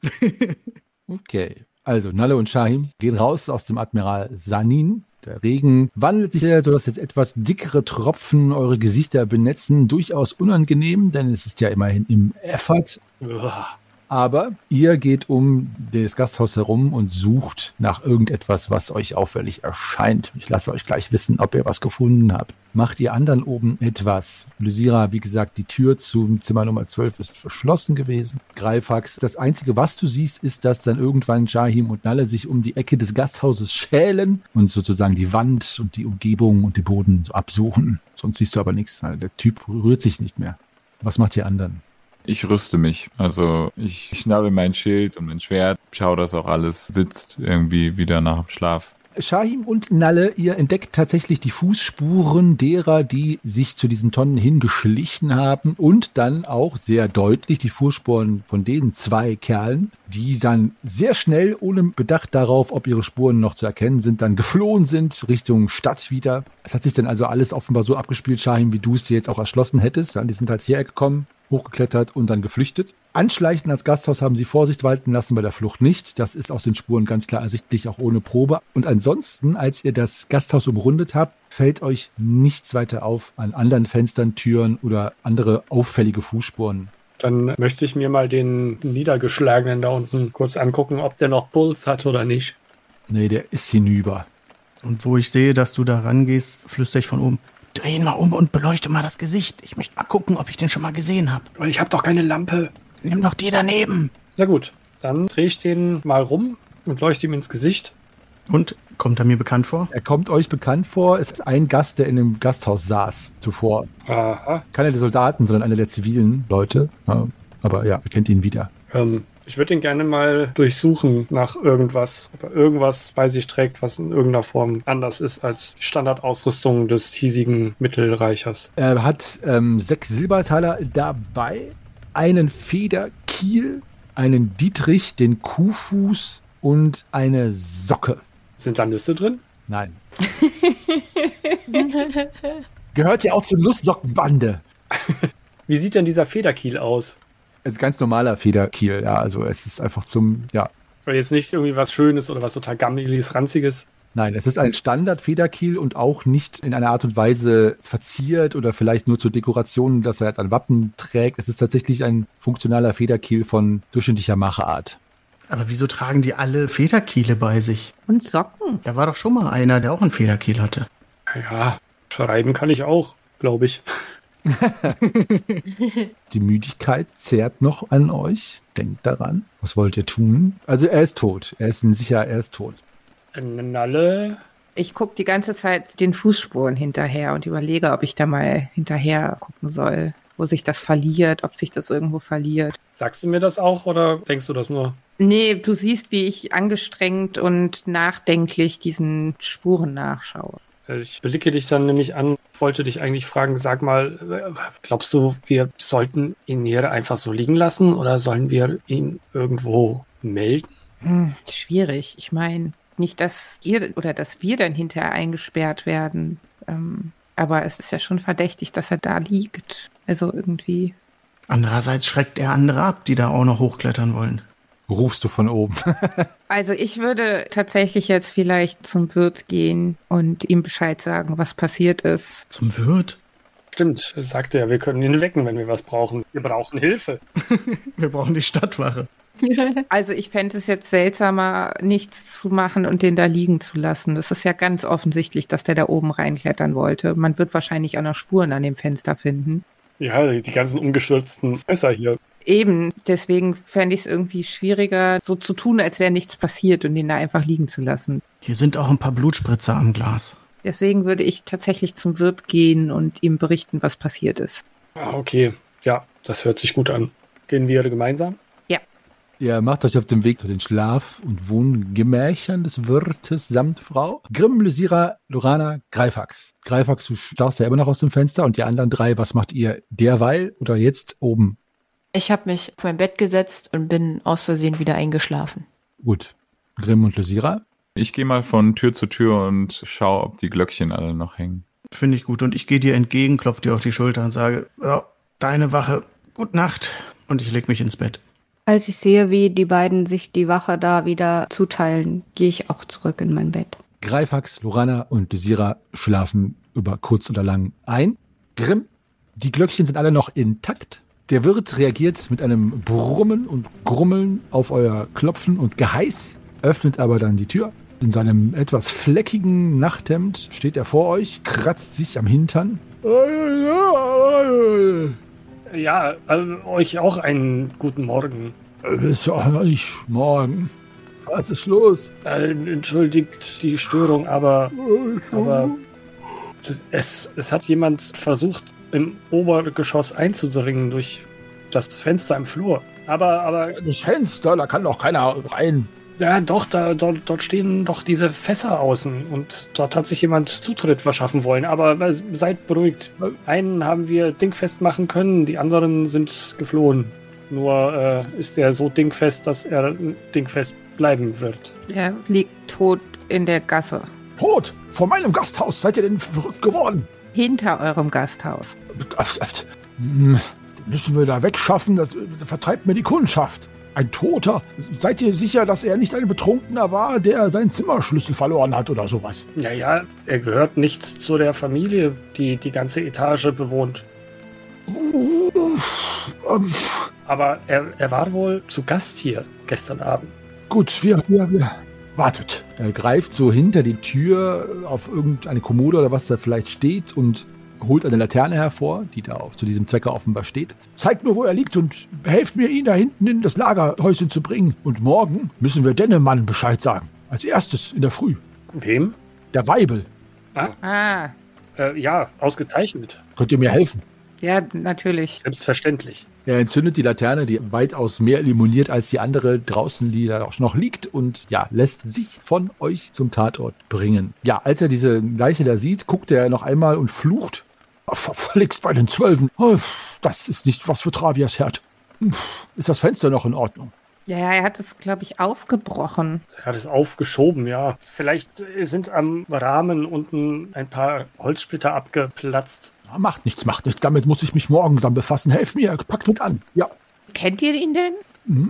Okay, also Nalle und Shahim gehen raus aus dem Admiral Sanin. Der Regen wandelt sich, so dass jetzt etwas dickere Tropfen eure Gesichter benetzen. Durchaus unangenehm, denn es ist ja immerhin im Effort. Uah. Aber ihr geht um das Gasthaus herum und sucht nach irgendetwas, was euch auffällig erscheint. Ich lasse euch gleich wissen, ob ihr was gefunden habt. Macht ihr anderen oben etwas? Lysira, wie gesagt, die Tür zum Zimmer Nummer zwölf ist verschlossen gewesen. Greifax, das Einzige, was du siehst, ist, dass dann irgendwann Shahim und Nalle sich um die Ecke des Gasthauses schälen und sozusagen die Wand und die Umgebung und den Boden so absuchen. Sonst siehst du aber nichts. Der Typ rührt sich nicht mehr. Was macht ihr anderen? Ich rüste mich. Also ich schnappe mein Schild und mein Schwert, schaue, dass auch alles sitzt, irgendwie wieder nach dem Schlaf. Shahim und Nalle, ihr entdeckt tatsächlich die Fußspuren derer, die sich zu diesen Tonnen hingeschlichen haben und dann auch sehr deutlich die Fußspuren von den zwei Kerlen, die dann sehr schnell, ohne Bedacht darauf, ob ihre Spuren noch zu erkennen sind, dann geflohen sind Richtung Stadt wieder. Es hat sich dann also alles offenbar so abgespielt, Shahim, wie du es dir jetzt auch erschlossen hättest. Die sind halt hierher gekommen, hochgeklettert und dann geflüchtet. Anschleichen als Gasthaus haben sie Vorsicht walten lassen, bei der Flucht nicht. Das ist aus den Spuren ganz klar ersichtlich, auch ohne Probe. Und ansonsten, als ihr das Gasthaus umrundet habt, fällt euch nichts weiter auf an anderen Fenstern, Türen oder andere auffällige Fußspuren. Dann möchte ich mir mal den Niedergeschlagenen da unten kurz angucken, ob der noch Puls hat oder nicht. Nee, der ist hinüber. Und wo ich sehe, dass du da rangehst, flüstere ich von oben. Dreh ihn mal um und beleuchte mal das Gesicht. Ich möchte mal gucken, ob ich den schon mal gesehen habe. Aber ich habe doch keine Lampe. Nimm doch die daneben. Na gut, dann drehe ich den mal rum und leuchte ihm ins Gesicht. Und Kommt er mir bekannt vor? Er kommt euch bekannt vor. Es ist ein Gast, der in einem Gasthaus saß zuvor. Aha. Keiner der Soldaten, sondern einer der zivilen Leute. Ja, aber ja, ihr kennt ihn wieder. Ähm, ich würde ihn gerne mal durchsuchen nach irgendwas. Ob er irgendwas bei sich trägt, was in irgendeiner Form anders ist als die Standardausrüstung des hiesigen Mittelreichers. Er hat ähm, sechs Silbertaler dabei, einen Federkiel, einen Dietrich, den Kuhfuß und eine Socke. Sind da Nüsse drin? Nein. Gehört ja auch zur Lustsockenbande. Wie sieht denn dieser Federkiel aus? Es ist ein ganz normaler Federkiel, ja. Also es ist einfach zum, ja. Weil jetzt nicht irgendwie was Schönes oder was total gammeliges, ranziges. Nein, es ist ein Standard-Federkiel und auch nicht in einer Art und Weise verziert oder vielleicht nur zur Dekoration, dass er jetzt ein Wappen trägt. Es ist tatsächlich ein funktionaler Federkiel von durchschnittlicher Machart. Aber wieso tragen die alle Federkiele bei sich? Und Socken. Da war doch schon mal einer, der auch einen Federkiel hatte. Ja, schreiben kann ich auch, glaube ich. Die Müdigkeit zehrt noch an euch. Denkt daran. Was wollt ihr tun? Also er ist tot. Er ist sicher, er ist tot. Nalle. Ich gucke die ganze Zeit den Fußspuren hinterher und überlege, ob ich da mal hinterher gucken soll, wo sich das verliert, ob sich das irgendwo verliert. Sagst du mir das auch oder denkst du das nur? Nee, du siehst, wie ich angestrengt und nachdenklich diesen Spuren nachschaue. Ich blicke dich dann nämlich an, wollte dich eigentlich fragen, sag mal, glaubst du, wir sollten ihn hier einfach so liegen lassen oder sollen wir ihn irgendwo melden? Hm, schwierig. Ich meine, nicht, dass ihr oder dass wir dann hinterher eingesperrt werden. Ähm, aber es ist ja schon verdächtig, dass er da liegt. Also irgendwie. Andererseits schreckt er andere ab, die da auch noch hochklettern wollen. Rufst du von oben. Also ich würde tatsächlich jetzt vielleicht zum Wirt gehen und ihm Bescheid sagen, was passiert ist. Zum Wirt? Stimmt, er sagte ja, wir können ihn wecken, wenn wir was brauchen. Wir brauchen Hilfe. Wir brauchen die Stadtwache. Also ich fände es jetzt seltsamer, nichts zu machen und den da liegen zu lassen. Es ist ja ganz offensichtlich, dass der da oben reinklettern wollte. Man wird wahrscheinlich auch noch Spuren an dem Fenster finden. Ja, die ganzen umgestürzten Messer hier. Eben, deswegen fände ich es irgendwie schwieriger, so zu tun, als wäre nichts passiert und den da einfach liegen zu lassen. Hier sind auch ein paar Blutspritzer am Glas. Deswegen würde ich tatsächlich zum Wirt gehen und ihm berichten, was passiert ist. Ah, okay, ja, das hört sich gut an. Gehen wir gemeinsam? Ja. Ihr macht euch auf den Weg zu den Schlaf- und Wohngemächern des Wirtes samt Frau. Grimm, Lysira, Lorana, Greifax. Greifax, du starrst ja immer noch aus dem Fenster und die anderen drei, was macht ihr derweil oder jetzt oben? Ich habe mich auf mein Bett gesetzt und bin aus Versehen wieder eingeschlafen. Gut. Grimm und Lysira? Ich gehe mal von Tür zu Tür und schaue, ob die Glöckchen alle noch hängen. Finde ich gut. Und ich gehe dir entgegen, klopfe dir auf die Schulter und sage, ja, deine Wache, gute Nacht. Und ich leg mich ins Bett. Als ich sehe, wie die beiden sich die Wache da wieder zuteilen, gehe ich auch zurück in mein Bett. Greifax, Lorana und Lysira schlafen über kurz oder lang ein. Grimm, die Glöckchen sind alle noch intakt. Der Wirt reagiert mit einem Brummen und Grummeln auf euer Klopfen und Geheiß, öffnet aber dann die Tür. In seinem etwas fleckigen Nachthemd steht er vor euch, kratzt sich am Hintern. Ja, also euch auch einen guten Morgen. Ist ja noch nicht morgen. Was ist los? Äh, entschuldigt die Störung, aber, aber es, es hat jemand versucht, im Obergeschoss einzudringen durch das Fenster im Flur. Aber, aber... Das Fenster, da kann doch keiner rein. Ja, doch, da, dort, dort stehen doch diese Fässer außen und dort hat sich jemand Zutritt verschaffen wollen. Aber seid beruhigt. Einen haben wir dingfest machen können, die anderen sind geflohen. Nur äh, ist er so dingfest, dass er dingfest bleiben wird. Er liegt tot in der Gasse. Tot? Vor meinem Gasthaus? Seid ihr denn verrückt geworden? Hinter eurem Gasthaus. Den müssen wir da wegschaffen, das vertreibt mir die Kundschaft. Ein Toter? Seid ihr sicher, dass er nicht ein Betrunkener war, der seinen Zimmerschlüssel verloren hat oder sowas? Ja, ja, er gehört nicht zu der Familie, die die ganze Etage bewohnt. Aber er, er war wohl zu Gast hier gestern Abend. Gut, wir, wir, wir. Wartet. Er greift so hinter die Tür auf irgendeine Kommode oder was da vielleicht steht und holt eine Laterne hervor, die da auf, zu diesem Zwecke offenbar steht. Zeigt mir, wo er liegt und helft mir, ihn da hinten in das Lagerhäuschen zu bringen. Und morgen müssen wir Dennemann Bescheid sagen. Als erstes in der Früh. Wem? Der Weibel. Ah, Ah, äh, ja, ausgezeichnet. Könnt ihr mir helfen? ja, natürlich. Selbstverständlich. Er entzündet die Laterne, die weitaus mehr illuminiert als die andere draußen, die da auch noch liegt und ja, lässt sich von euch zum Tatort bringen. Ja, als er diese Leiche da sieht, guckt er noch einmal und flucht. Verflixt bei den Zwölfen. Oh, das ist nicht was für Travias Herd. Ist das Fenster noch in Ordnung? Ja, er hat es, glaube ich, aufgebrochen. Er hat es aufgeschoben, ja. Vielleicht sind am Rahmen unten ein paar Holzsplitter abgeplatzt. Macht nichts, macht nichts. Damit muss ich mich morgen dann befassen. Helft mir, packt mit an. Ja. Kennt ihr ihn denn?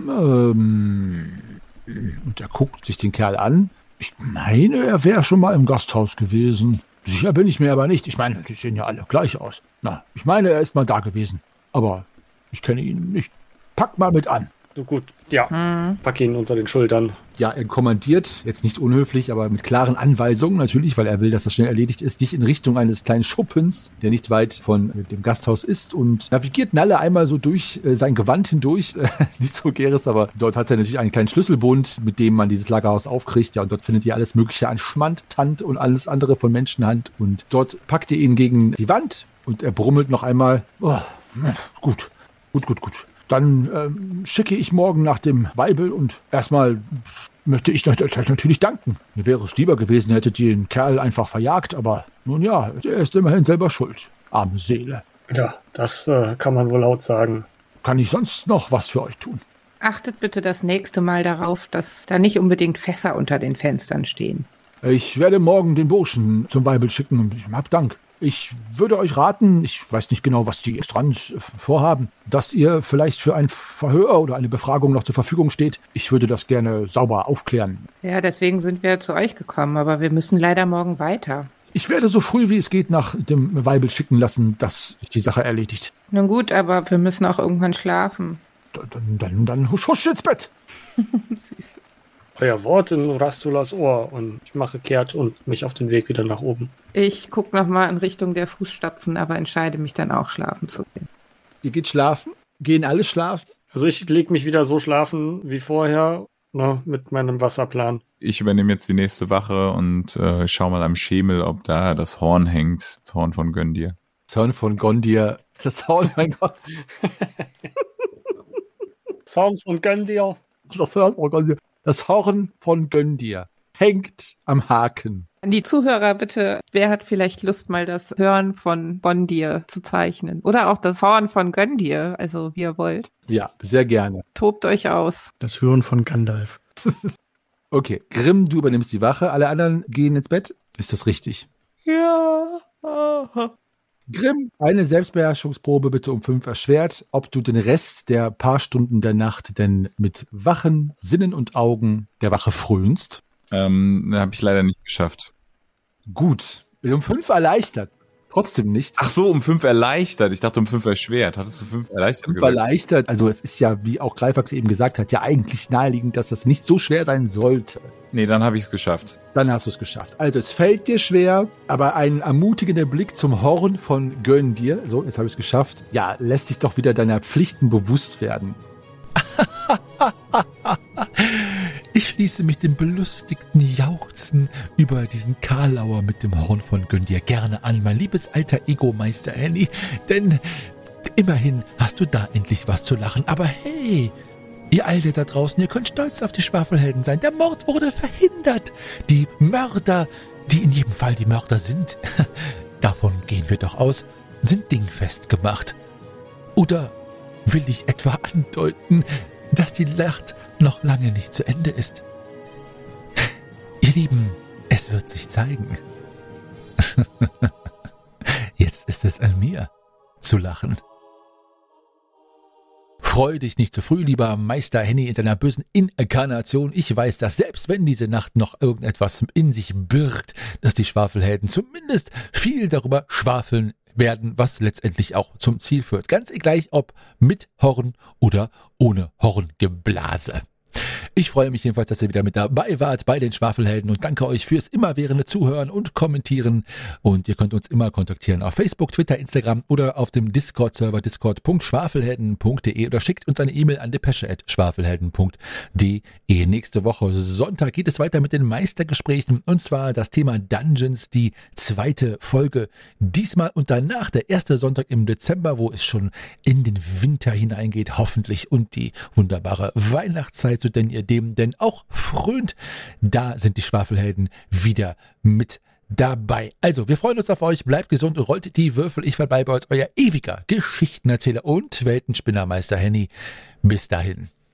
Ähm, und er guckt sich den Kerl an. Ich meine, er wäre schon mal im Gasthaus gewesen. Sicher bin ich mir aber nicht. Ich meine, die sehen ja alle gleich aus. Na, ich meine, er ist mal da gewesen. Aber ich kenne ihn nicht. Packt mal mit an. So gut, ja. Hm. Pack ihn unter den Schultern. Ja, er kommandiert, jetzt nicht unhöflich, aber mit klaren Anweisungen natürlich, weil er will, dass das schnell erledigt ist, dich in Richtung eines kleinen Schuppens, der nicht weit von dem Gasthaus ist, und navigiert Nalle einmal so durch äh, sein Gewand hindurch. Äh, nicht so gäres, aber dort hat er natürlich einen kleinen Schlüsselbund, mit dem man dieses Lagerhaus aufkriegt. Ja, und dort findet ihr alles Mögliche an Schmand, Tand und alles andere von Menschenhand. Und dort packt ihr ihn gegen die Wand und er brummelt noch einmal. Oh, gut, gut, gut, gut. Dann ähm, schicke ich morgen nach dem Weibel und erstmal möchte ich euch natürlich danken. Mir wäre es lieber gewesen, hättet ihr den Kerl einfach verjagt, aber nun ja, er ist immerhin selber schuld. Arme Seele. Ja, das äh, kann man wohl laut sagen. Kann ich sonst noch was für euch tun? Achtet bitte das nächste Mal darauf, dass da nicht unbedingt Fässer unter den Fenstern stehen. Ich werde morgen den Burschen zum Weibel schicken und hab Dank. Ich würde euch raten, ich weiß nicht genau, was die Strands vorhaben, dass ihr vielleicht für ein Verhör oder eine Befragung noch zur Verfügung steht. Ich würde das gerne sauber aufklären. Ja, deswegen sind wir zu euch gekommen, aber wir müssen leider morgen weiter. Ich werde so früh wie es geht nach dem Weibel schicken lassen, dass sich die Sache erledigt. Nun gut, aber wir müssen auch irgendwann schlafen. Dann, dann, dann, dann husch, husch ins Bett. Süß. Euer Wort in Rastulas Ohr und ich mache kehrt und mich auf den Weg wieder nach oben. Ich gucke nochmal in Richtung der Fußstapfen, aber entscheide mich dann auch schlafen zu gehen. Ihr geht schlafen? Gehen alle schlafen? Also ich lege mich wieder so schlafen wie vorher, ne, mit meinem Wasserplan. Ich übernehme jetzt die nächste Wache und äh, schau mal am Schemel, ob da das Horn hängt. Das Horn von Göndir. Das Horn von Gondir. Das Horn, mein Gott. Sound von Göndir. Das Horn von Gondir. Das Horn von Göndir hängt am Haken. An die Zuhörer bitte, wer hat vielleicht Lust, mal das Hören von Bondir zu zeichnen? Oder auch das Horn von Göndir, also wie ihr wollt. Ja, sehr gerne. Tobt euch aus. Das Hören von Gandalf. Okay, Grimm, du übernimmst die Wache. Alle anderen gehen ins Bett. Ist das richtig? Ja. Aha. Grimm, eine Selbstbeherrschungsprobe bitte um fünf erschwert, ob du den Rest der paar Stunden der Nacht denn mit wachen Sinnen und Augen der Wache frönst. Ähm, habe ich leider nicht geschafft. Gut, um fünf erleichtert. Trotzdem nicht. Ach so, um fünf erleichtert. Ich dachte um fünf erschwert. Hattest du fünf erleichtert Fünf gesagt? erleichtert. Also es ist ja, wie auch Greifax eben gesagt hat, ja eigentlich naheliegend, dass das nicht so schwer sein sollte. Nee, dann habe ich es geschafft. Dann hast du es geschafft. Also es fällt dir schwer, aber ein ermutigender Blick zum Horn von Göndir, so, jetzt habe ich es geschafft, ja, lässt dich doch wieder deiner Pflichten bewusst werden. Ich schließe mich dem belustigten Jauchzen über diesen Karlauer mit dem Horn von Göndir gerne an, mein liebes alter Ego, Meister Henny, denn immerhin hast du da endlich was zu lachen. Aber hey, ihr Alte da draußen, ihr könnt stolz auf die Schwafelhelden sein. Der Mord wurde verhindert. Die Mörder, die in jedem Fall die Mörder sind, davon gehen wir doch aus, sind dingfest gemacht. Oder will ich etwa andeuten, dass die Nacht noch lange nicht zu Ende ist? Ihr Lieben, es wird sich zeigen. Jetzt ist es an mir zu lachen. Freu dich nicht zu früh, lieber Meister Henny, in deiner bösen Inkarnation. Ich weiß, dass selbst wenn diese Nacht noch irgendetwas in sich birgt, dass die Schwafelhelden zumindest viel darüber schwafeln werden, was letztendlich auch zum Ziel führt. Ganz gleich, ob mit Horn oder ohne Horngeblase. Ich freue mich jedenfalls, dass ihr wieder mit dabei wart bei den Schwafelhelden und danke euch fürs immerwährende Zuhören und Kommentieren. Und ihr könnt uns immer kontaktieren auf Facebook, Twitter, Instagram oder auf dem Discord-Server discord punkt schwafelhelden punkt de oder schickt uns eine E-Mail an depesche at schwafelhelden punkt de. Nächste Woche Sonntag geht es weiter mit den Meistergesprächen und zwar das Thema Dungeons, die zweite Folge. Diesmal und danach der erste Sonntag im Dezember, wo es schon in den Winter hineingeht, hoffentlich, und die wunderbare Weihnachtszeit, so denn ihr dem denn auch frönt. Da sind die Schwafelhelden wieder mit dabei. Also, wir freuen uns auf euch. Bleibt gesund, rollt die Würfel. Ich war bei euch, euer ewiger Geschichtenerzähler und Weltenspinnermeister Henny. Bis dahin.